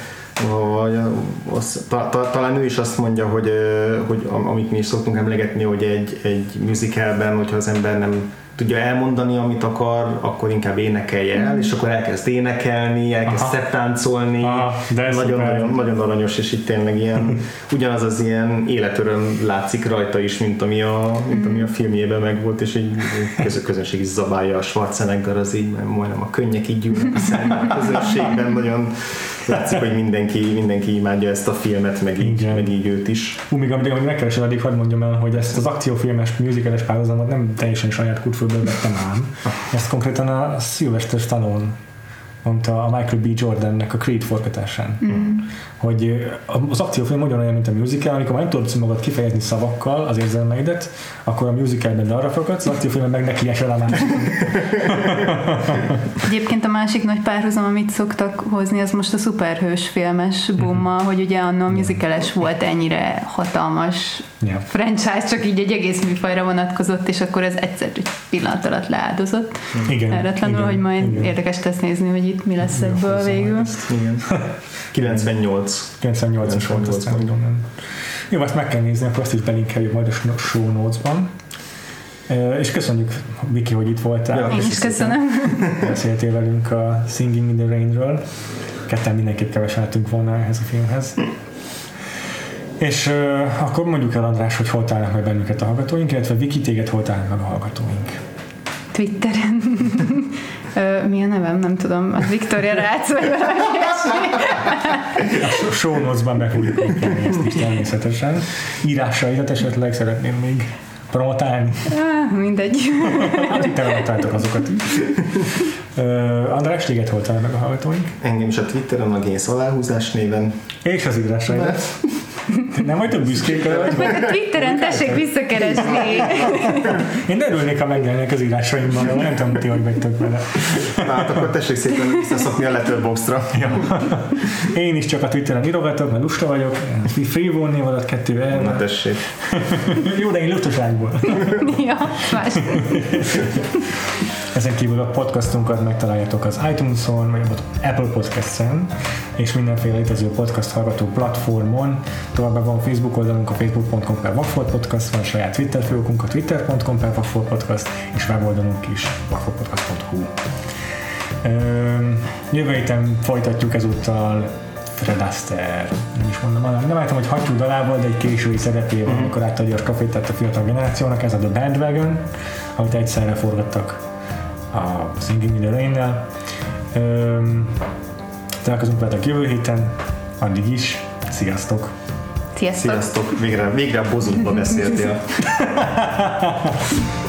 talán ő is azt mondja, hogy amit mi is szoktunk emlegetni, hogy egy musicalben, hogyha az ember nem tudja elmondani, amit akar, akkor inkább énekelje el, és akkor elkezd énekelni, elkezd szettáncolni. Nagyon aranyos, és itt tényleg ilyen, ugyanaz az ilyen életöröm látszik rajta is, mint ami a filmjében megvolt, és egy közönség is zabálja a Schwarzenegger, az így majdnem a könnyek így gyűlnek a szemben a közönségben, nagyon látszik, hogy mindenki imádja ezt a filmet, meg így őt is. Még amit megkeresel, addig hadd mondjam el, hogy ezt az akciófilmes, musicales párhuzamot nem teljesen saját kútfőből vettem ám. Ezt konkrétan a Sylvester Stallone mondta a Michael B. Jordannek a Creed forgatásán. Hogy az akciófilm olyan, mint a musical, amikor már nem tudod magad kifejezni szavakkal az érzelmeidet, akkor a musicalben arra fogadsz, az akciófilmben meg neki esel a másik. Egyébként a másik nagy párhuzam, amit szoktak hozni, az most a szuperhős filmes boommal, hogy ugye annak musicales volt ennyire hatalmas franchise, csak így egy egész műfajra vonatkozott, és akkor ez egyszer egy pillanat alatt leáldozott. Erretlenül, hogy majd érdekes lesz nézni, hogy itt mi lesz ebből végül. Igen. 98-as volt, aztán nem. Jó, azt meg kell nézni, akkor azt is belinkeljük majd a show notes-ban. És köszönjük, Viki, hogy itt voltál. Ja, én is köszönöm. Beszéltél velünk a Singing in the Rain-ről. Ketten mindenképp keveseltünk volna ehhez a filmhez. És akkor mondjuk el, András, hogy hol találnak meg bennünket a hallgatóink, illetve Viki, téged hol találnak meg a hallgatóink? Twitteren. Mi a nevem? Nem tudom. Az Victoria Rácz, vagy valami ilyesmi. A show notes-ban be fogjuk klikkelni ezt is természetesen. Írásaidat esetleg szeretném még promotálni? Mindegy. Hát itt elmondtátok azokat is. András, téged hol találnak meg a hallgatóink? Engem is a Twitteren a Gész aláhúzás néven. És az írásaidat. Nem vagytok büszkék arra? A Twitteren tessék visszakeresni. Én örülnék, ha megjelennek az írásaimban, nem tudom, ti hogy vagytok vele. Hát akkor tessék szépen visszaszokni a Letterboxdra. Ja. Én is csak a Twitteren írogatok, mert lusta vagyok. Freeborn név alatt 2 L. Na tessék. Jó, de én lustaságból. Ja, más. Ezen kívül a podcastunkat megtaláljátok az iTunes-on, vagy az Apple Podcast-en, és mindenféle létező podcast hallgató platformon. Továbbá van Facebook oldalunk, a facebook.com/vakfoltpodcast, van saját Twitter fiókunk, a twitter.com/vakfoltpodcast, és weboldalunk is, vakfoltpodcast.hu. Jövő héten folytatjuk ezúttal Fred Astaire, nem is mondom, nem álltam, hogy hattyú dalával, de egy késői szerepében, amikor átadja a stafétát a fiatal generációnak, ez a The Bandwagon, amit egyszerre forgattak a Singing in the Rain-nel. Találkozunk veletek jövő héten, addig is, sziasztok! Sziasztok! Végre a bozótba beszéltél.